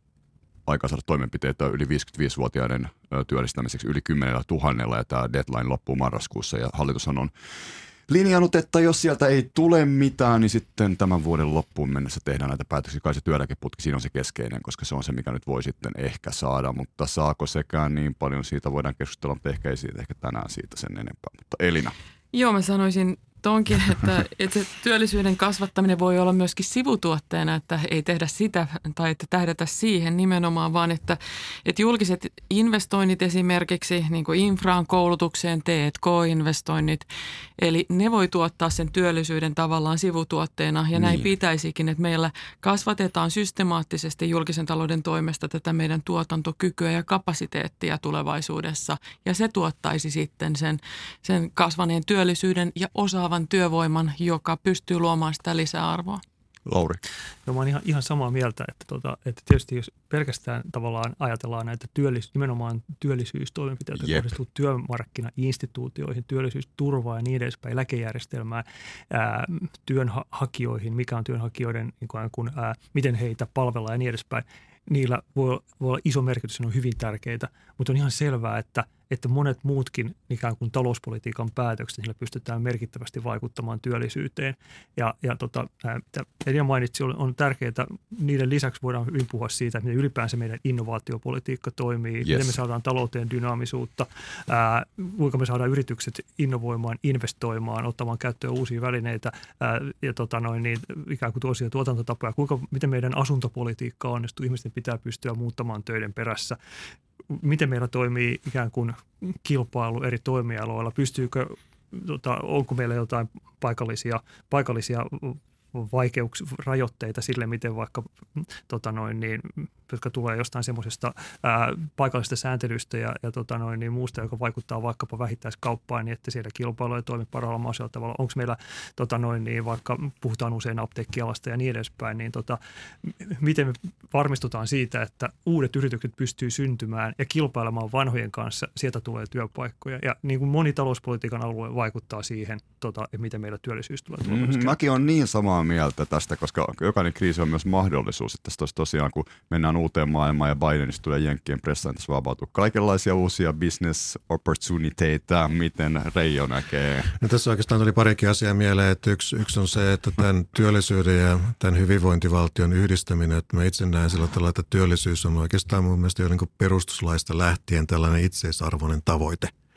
aikaa saada toimenpiteitä yli viisikymmentäviisivuotiaiden äh, työllistämiseksi yli kymmenellä tuhannella ja tämä deadline loppuu marraskuussa ja hallitushan on linjannut, että jos sieltä ei tule mitään, niin sitten tämän vuoden loppuun mennessä tehdään näitä päätöksiä. Kai se työeläkeputki, siinä on se keskeinen, koska se on se, mikä nyt voi sitten ehkä saada, mutta saako sekään niin paljon, siitä voidaan keskustella, mutta ehkä ei siitä, ehkä tänään siitä sen enempää. Mutta Elina. Joo, mä sanoisin tonkin, että, että se työllisyyden kasvattaminen voi olla myöskin sivutuotteena, että ei tehdä sitä tai että tähdätä siihen nimenomaan, vaan että, että julkiset investoinnit esimerkiksi niin kuin infraan, koulutukseen, T and K-investoinnit, eli ne voi tuottaa sen työllisyyden tavallaan sivutuotteena ja niin. Näin pitäisikin, että meillä kasvatetaan systemaattisesti julkisen talouden toimesta tätä meidän tuotantokykyä ja kapasiteettia tulevaisuudessa ja se tuottaisi sitten sen, sen kasvaneen työllisyyden ja osaa työvoiman, joka pystyy luomaan sitä lisäarvoa. Lauri. No mä oon ihan, ihan samaa mieltä, että, tota, että tietysti jos pelkästään tavallaan ajatellaan näitä työllis, nimenomaan työllisyystoimenpiteitä, jotka kohdistuu työmarkkinainstituutioihin, työllisyysturvaa ja niin edespäin, eläkejärjestelmään, ää, työnhakijoihin, mikä on työnhakijoiden, niin kuin, ää, miten heitä palvellaan ja niin edespäin, niillä voi, voi olla iso merkitys, ne on hyvin tärkeitä, mutta on ihan selvää, että että monet muutkin ikään kuin talouspolitiikan päätökset, niillä pystytään merkittävästi vaikuttamaan työllisyyteen. Ja, ja tota, mitä Elina mainitsi, on, on tärkeää, niiden lisäksi voidaan hyvin puhua siitä, että miten ylipäänsä meidän innovaatiopolitiikka toimii, yes. miten me saadaan talouteen dynaamisuutta, ää, kuinka me saadaan yritykset innovoimaan, investoimaan, ottamaan käyttöön uusia välineitä ää, ja tota noin, niin, ikään kuin tuosia tuotantotapoja, kuinka, miten meidän asuntopolitiikka onnistuu, ihmisten pitää pystyä muuttamaan töiden perässä. Miten meillä toimii ikään kuin kilpailu eri toimialoilla, pystyykö, tota, onko meillä jotain paikallisia, paikallisia vaikeuksia, rajoitteita sille, miten vaikka, tota noin, niin, jotka tulee jostain semmoisesta ää, paikallisesta sääntelystä ja, ja tota noin, niin muusta, joka vaikuttaa vaikkapa vähittäiskauppaan, niin että siellä kilpailu ei toimi parhaalla mahdollisella tavalla. Onko meillä, tota noin, niin, vaikka puhutaan usein apteekkialasta ja niin edespäin, niin tota, miten me varmistutaan siitä, että uudet yritykset pystyy syntymään ja kilpailemaan vanhojen kanssa, sieltä tulee työpaikkoja. Ja niin kuin moni talouspolitiikan alue vaikuttaa siihen, tota, että miten meillä työllisyys tulee tulevaisuudessa. Mm, mäkin olen niin samaa mieltä tästä, koska jokainen kriisi on myös mahdollisuus. Että tässä tosiaan, kun mennään uuteen maailmaan ja Bidenista tulee jenkkien pressaan, tässä vapautuu kaikenlaisia uusia business opportuniteita. Miten Reijo näkee? No, tässä oikeastaan tuli parikin asiaa mieleen, että yksi, yksi on se, että tämän työllisyyden ja tämän hyvinvointivaltion yhdistäminen, että mä itse näen sillä tavalla, että työllisyys on oikeastaan mun mielestä jo niin kuin perustuslaista lähtien tällainen itseisarvoinen tavoite.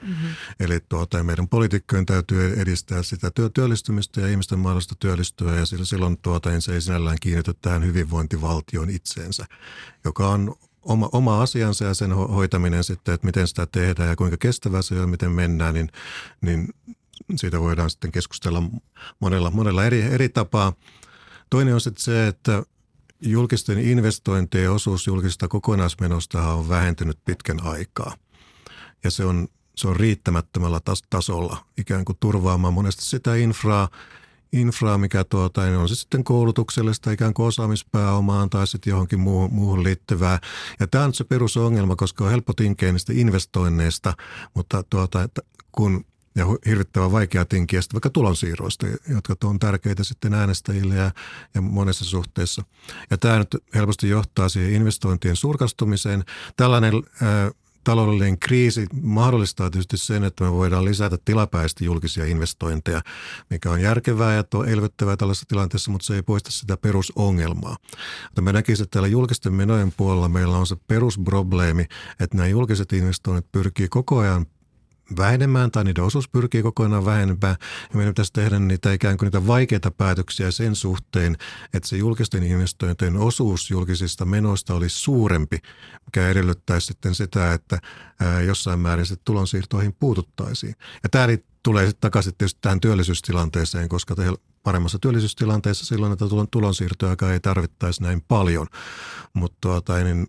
Mm-hmm. Eli tuota, meidän poliitikkojen täytyy edistää sitä työ, työllistymistä ja ihmisten mahdollista työllistyä ja silloin tuota, se ei sinällään kiinnity tähän hyvinvointivaltion itseensä, joka on oma, oma asiansa ja sen hoitaminen sitten, että miten sitä tehdään ja kuinka kestävää se on, miten mennään, niin, niin siitä voidaan sitten keskustella monella, monella eri, eri tapaa. Toinen on sitten se, että julkisten investointien osuus julkisesta kokonaismenosta on vähentynyt pitkän aikaa ja se on, se on riittämättömällä tas- tasolla ikään kuin turvaamaan monesti sitä infraa, infraa mikä tuota, on se sitten koulutuksellista ikään kuin osaamispääomaan tai sitten johonkin muuhun, muuhun liittyvää. Ja tämä on se perusongelma, koska on helppo tinkeä niistä investoinneista, mutta tuota, että kun ja hirvittävän vaikea tinkiä sitten vaikka tulonsiirroista, jotka on tärkeitä sitten äänestäjille ja, ja monessa suhteessa. Ja tämä nyt helposti johtaa siihen investointien surkastumiseen. Tällainen ää, taloudellinen kriisi mahdollistaa tietysti sen, että me voidaan lisätä tilapäisesti julkisia investointeja, mikä on järkevää ja elvyttävää tällaisessa tilanteessa, mutta se ei poista sitä perusongelmaa. Mutta mä näkisin, että täällä julkisten menojen puolella meillä on se perusprobleemi, että nämä julkiset investoinnit pyrkii koko ajan vähenemään tai niiden osuus pyrkii kokonaan vähenemään ja meidän pitäisi tehdä niitä ikään kuin niitä vaikeita päätöksiä sen suhteen, että se julkisten investointien osuus julkisista menoista olisi suurempi, mikä edellyttäisi sitten sitä, että ää, jossain määrin sitten tulonsiirtoihin puututtaisiin. Ja tämä tulee sitten takaisin tietysti tähän työllisyystilanteeseen, koska paremmassa työllisyystilanteessa silloin, että tulonsiirtoja ei tarvittaisi näin paljon, mutta tuota, niin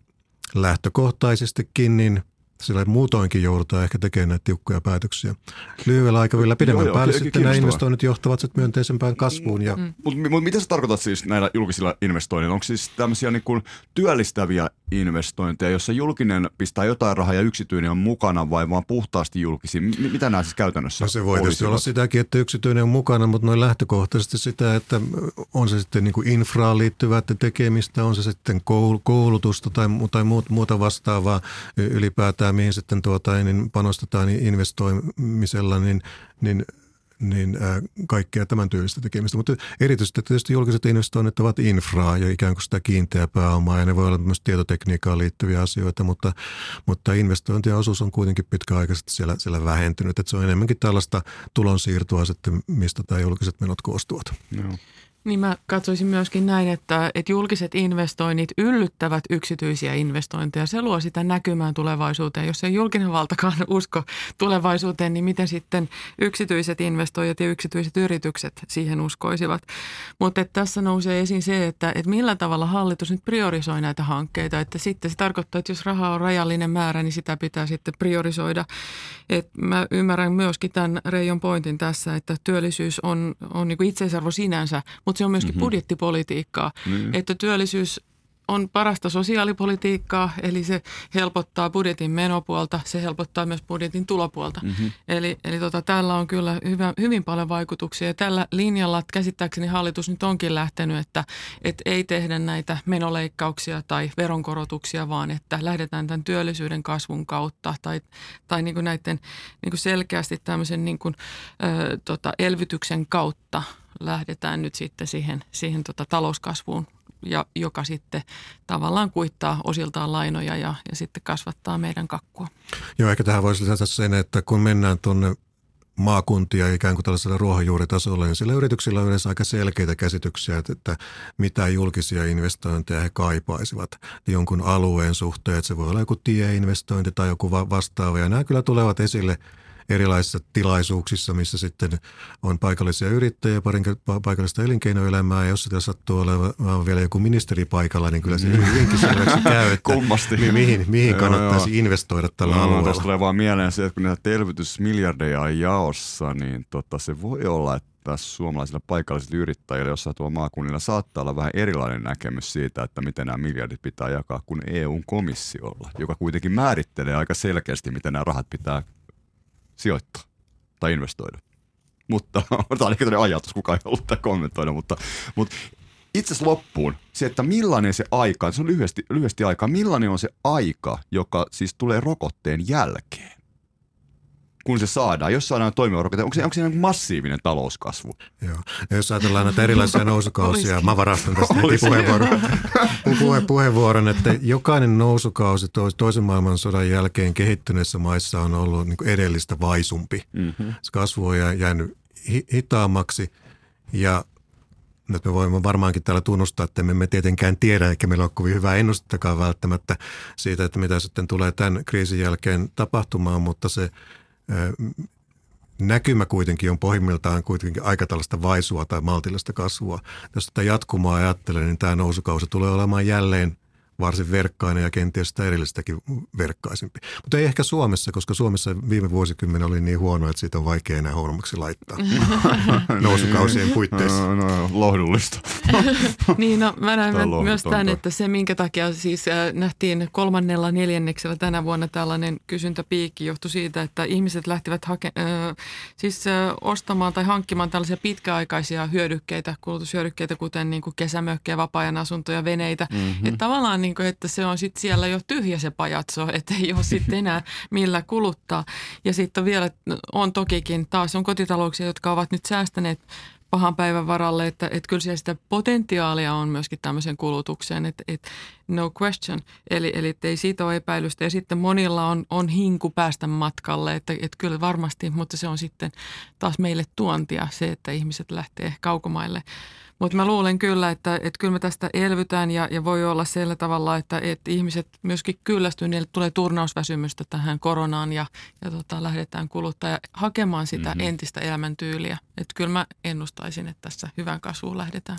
lähtökohtaisestikin niin sillä muutoinkin joudutaan ehkä tekemään näitä tiukkoja päätöksiä. Lyhyellä aikavälillä pidemmän joo, päälle joo, sitten nämä investoinnit johtavat sitten myönteisempään kasvuun. Ja mm. Mutta mut, mitä sä tarkoitat siis näillä julkisilla investoinneilla? Onko siis tämmöisiä niin kuin työllistäviä investointeja, jossa julkinen pistää jotain rahaa ja yksityinen on mukana vai vaan puhtaasti julkisia? M- mitä nämä siis käytännössä no se voi tietysti olla sitäkin, että yksityinen on mukana, mutta noin lähtökohtaisesti sitä, että on se sitten niin kuin infraan liittyvää tekemistä, on se sitten koulutusta tai, tai muuta vastaavaa ylipäätään, mihin sitten tuota, niin panostetaan investoimisella, niin, niin, niin ää, kaikkea tämän tyylistä tekemistä. Mutta erityisesti tietysti julkiset investoinnit ovat infraa ja ikään kuin sitä kiinteää pääomaa ja ne voi olla myös tietotekniikkaan liittyviä asioita, mutta, mutta investointien osuus on kuitenkin pitkäaikaisesti siellä, siellä vähentynyt. Että se on enemmänkin tällaista tulonsiirtoa sitten, mistä tämä julkiset menot koostuvat. Joo. Niin mä katsoisin myöskin näin, että, että julkiset investoinnit yllyttävät yksityisiä investointeja. Se luo sitä näkymään tulevaisuuteen. Jos ei julkinen valtakaan usko tulevaisuuteen, niin miten sitten yksityiset investoijat ja yksityiset yritykset siihen uskoisivat. Mutta tässä nousee esiin se, että, että millä tavalla hallitus nyt priorisoi näitä hankkeita. Että sitten se tarkoittaa, että jos rahaa on rajallinen määrä, niin sitä pitää sitten priorisoida. Et mä ymmärrän myöskin tämän Reijon pointin tässä, että työllisyys on, on niin kuin itseisarvo sinänsä, mutta se on myöskin mm-hmm. budjettipolitiikkaa, mm-hmm. että työllisyys on parasta sosiaalipolitiikkaa, eli se helpottaa budjetin menopuolta, se helpottaa myös budjetin tulopuolta. Mm-hmm. Eli, eli tota, tällä on kyllä hyvä, hyvin paljon vaikutuksia ja tällä linjalla käsittääkseni hallitus nyt onkin lähtenyt, että et ei tehdä näitä menoleikkauksia tai veronkorotuksia, vaan että lähdetään tämän työllisyyden kasvun kautta tai, tai niin kuin näiden niin kuin selkeästi tämmöisen niin kuin, ö, tota, elvytyksen kautta lähdetään nyt sitten siihen, siihen tota talouskasvuun, ja, joka sitten tavallaan kuittaa osiltaan lainoja ja, ja sitten kasvattaa meidän kakkua. Joo, ehkä tähän voisi lisätä sen, että kun mennään tuonne maakuntia ikään kuin tällaisella ruohonjuuritasolla, niin sillä yrityksillä on yleensä aika selkeitä käsityksiä, että, että mitä julkisia investointeja he kaipaisivat jonkun alueen suhteen, että se voi olla joku tieinvestointi tai joku vastaava, ja nämä kyllä tulevat esille erilaisissa tilaisuuksissa, missä sitten on paikallisia yrittäjiä, paikallista elinkeinoelämää, ja jos sitä sattuu olemaan vielä joku ministeri paikalla, niin kyllä se hyvinkin selväksi käy, että niin mihin, mihin kannattaisi joo, joo. investoida tällä no, alueella. Tuossa tulee vaan mieleen se, että kun näitä elvytysmiljardeja on jaossa, niin tota, se voi olla, että tässä suomalaisilla paikallisilla yrittäjillä jossain tuolla maakunnilla saattaa olla vähän erilainen näkemys siitä, että miten nämä miljardit pitää jakaa kuin E U-komissiolla, joka kuitenkin määrittelee aika selkeästi, miten nämä rahat pitää sijoittaa tai investoida. Mutta tämä on ehkä tämmöinen ajatus, kukaan ei ollut tämä kommentoida, mutta, mutta itse asiassa loppuun se, että millainen se aika, se on lyhyesti, lyhyesti aikaa, millainen on se aika, joka siis tulee rokotteen jälkeen? kun se saadaan, jos saadaan toimiva rakenteita, onko se, onko se niin massiivinen talouskasvu? Joo. Ja jos ajatellaan näitä erilaisia nousukausia, mä varastan tästä heti puheenvuoron, puhe, puheenvuoron, että jokainen nousukausi toisen maailmansodan jälkeen kehittyneissä maissa on ollut niin kuin edellistä vaisumpi. Mm-hmm. Se kasvu on jäänyt hitaammaksi ja nyt me voimme varmaankin täällä tunnustaa, että me emme tietenkään tiedä, eikä meillä ole kovin hyvää ennustettakaan välttämättä siitä, että mitä sitten tulee tämän kriisin jälkeen tapahtumaan, mutta se näkymä kuitenkin on pohjimmiltaan kuitenkin aika tällaista vaisua tai maltillista kasvua. Jos tätä jatkumaa ajattelee, niin tämä nousukausi tulee olemaan jälleen varsin verkkainen ja kenties sitä edellistäkin verkkaisempi. Mutta ei ehkä Suomessa, koska Suomessa viime vuosikymmen oli niin huono, että siitä on vaikea enää huonommaksi laittaa nousukausien puitteissa. No, no, lohdullista. Niin, no mä näen myös tämän, että se minkä takia siis nähtiin kolmannella neljänneksellä tänä vuonna tällainen kysyntäpiikki johtui siitä, että ihmiset lähtivät hake- äh, siis äh, ostamaan tai hankkimaan tällaisia pitkäaikaisia hyödykkeitä, kulutushyödykkeitä, kuten niin kuin kesämökkejä, vapaa-ajan asuntoja, veneitä. Mm-hmm. Että tavallaan niin kuin, että se on sitten siellä jo tyhjä se pajatso, että ei ole sitten enää millä kuluttaa. Ja sitten vielä on tokikin taas on kotitalouksia, jotka ovat nyt säästäneet pahan päivän varalle, että, että kyllä siellä sitä potentiaalia on myöskin tämmöiseen kulutukseen, että, että no question, eli, eli ei siitä ole epäilystä. Ja sitten monilla on, on hinku päästä matkalle, että, että kyllä varmasti, mutta se on sitten taas meille tuontia se, että ihmiset lähtee kaukomaille. Mutta mä luulen kyllä, että, että kyllä me tästä elvytään ja, ja voi olla sillä tavalla, että, että ihmiset myöskin kyllästyy, niille tulee turnausväsymystä tähän koronaan ja, ja tota, lähdetään kuluttaa ja hakemaan sitä mm-hmm. entistä elämäntyyliä. Että kyllä mä ennustaisin, että tässä hyvän kasvuun lähdetään.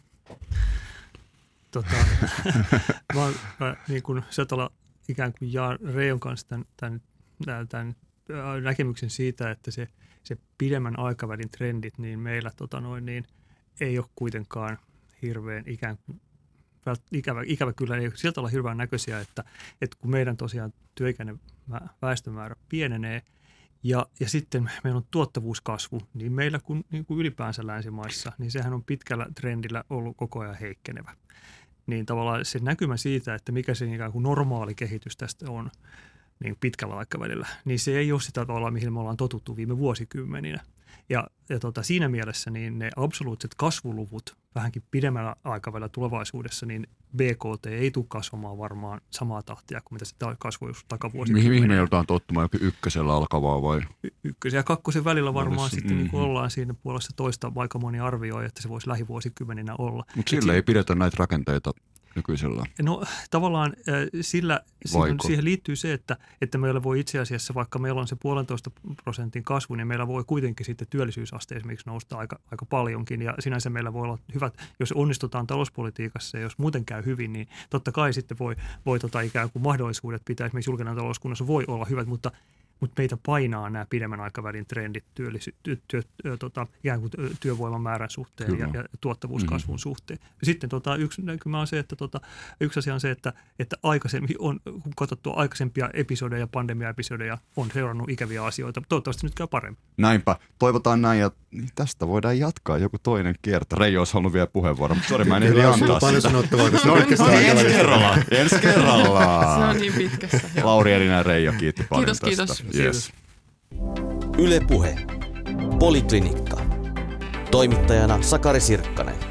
Tota, mä, mä niin kuin Satola ikään kuin jaan Reijon kanssa tämän, tämän, tämän näkemyksen siitä, että se, se pidemmän aikavälin trendit, niin meillä tota noin niin, ei ole kuitenkaan hirveän ikään kuin, ikävä, ikävä kyllä, ei siltä olla hirveän näköisiä, että, että kun meidän tosiaan työikäinen väestömäärä pienenee ja, ja sitten meillä on tuottavuuskasvu, niin meillä kun, niin kuin ylipäänsä länsimaissa, niin sehän on pitkällä trendillä ollut koko ajan heikkenevä. Niin tavallaan se näkymä siitä, että mikä se ikään kuin normaali kehitys tästä on niin pitkällä aikavälillä, niin se ei ole sitä tavalla, mihin me ollaan totuttu viime vuosikymmeninä. Ja, ja tota, siinä mielessä niin ne absoluuttiset kasvuluvut vähänkin pidemmällä aikavälillä tulevaisuudessa, niin B K T ei tule kasvamaan varmaan samaa tahtia kuin mitä se kasvoi jos takavuosikymmenellä. Mihin me joudutaan tottumaan, joku ykkösellä alkavaa vai? Y- ykkösen ja kakkosen välillä varmaan Olisi, sitten mm-hmm. niin kuin ollaan siinä puolessa toista, vaikka moni arvioi, että se voisi lähivuosikymmeninä olla. Mutta sillä ei pidetä näitä rakenteita nykyisellä. No tavallaan sillä siihen liittyy se, että, että meillä voi itse asiassa, vaikka meillä on se puolentoista prosentin kasvu, niin meillä voi kuitenkin sitten työllisyysaste esimerkiksi nousta aika, aika paljonkin. Ja sinänsä meillä voi olla hyvät, jos onnistutaan talouspolitiikassa ja jos muuten käy hyvin, niin totta kai sitten voi, voi tota ikään kuin mahdollisuudet pitää esimerkiksi julkinen talouskunnassa voi olla hyvät, mutta Mutta meitä painaa nämä pidemmän aikavälin trendit työllisy- työ, työ, tota, ikään kuin työvoiman määrän suhteen ja, ja tuottavuuskasvun mm-hmm. suhteen. Ja sitten tota, yksi näkymä on se, että tota, yksi asia on se, että, että aikaisemmin on, kun katsottua aikaisempia episodeja, pandemia-episodeja, on seurannut ikäviä asioita. Toivottavasti nyt käy paremmin. Näinpä. Toivotaan näin ja tästä voidaan jatkaa joku toinen kierto. Reijo olisi halunnut vielä puheenvuoron, mutta sori, mä en ehdi antaa paljon sanottavaa. No, ensi kerralla. Ensi kerralla. Se on niin pitkässä. Lauri, Elina ja Reijo, kiitti paljon kiitos, tästä. Kiitos. Yes. Yle Puhe. Poliklinikka. Toimittajana Sakari Sirkkanen.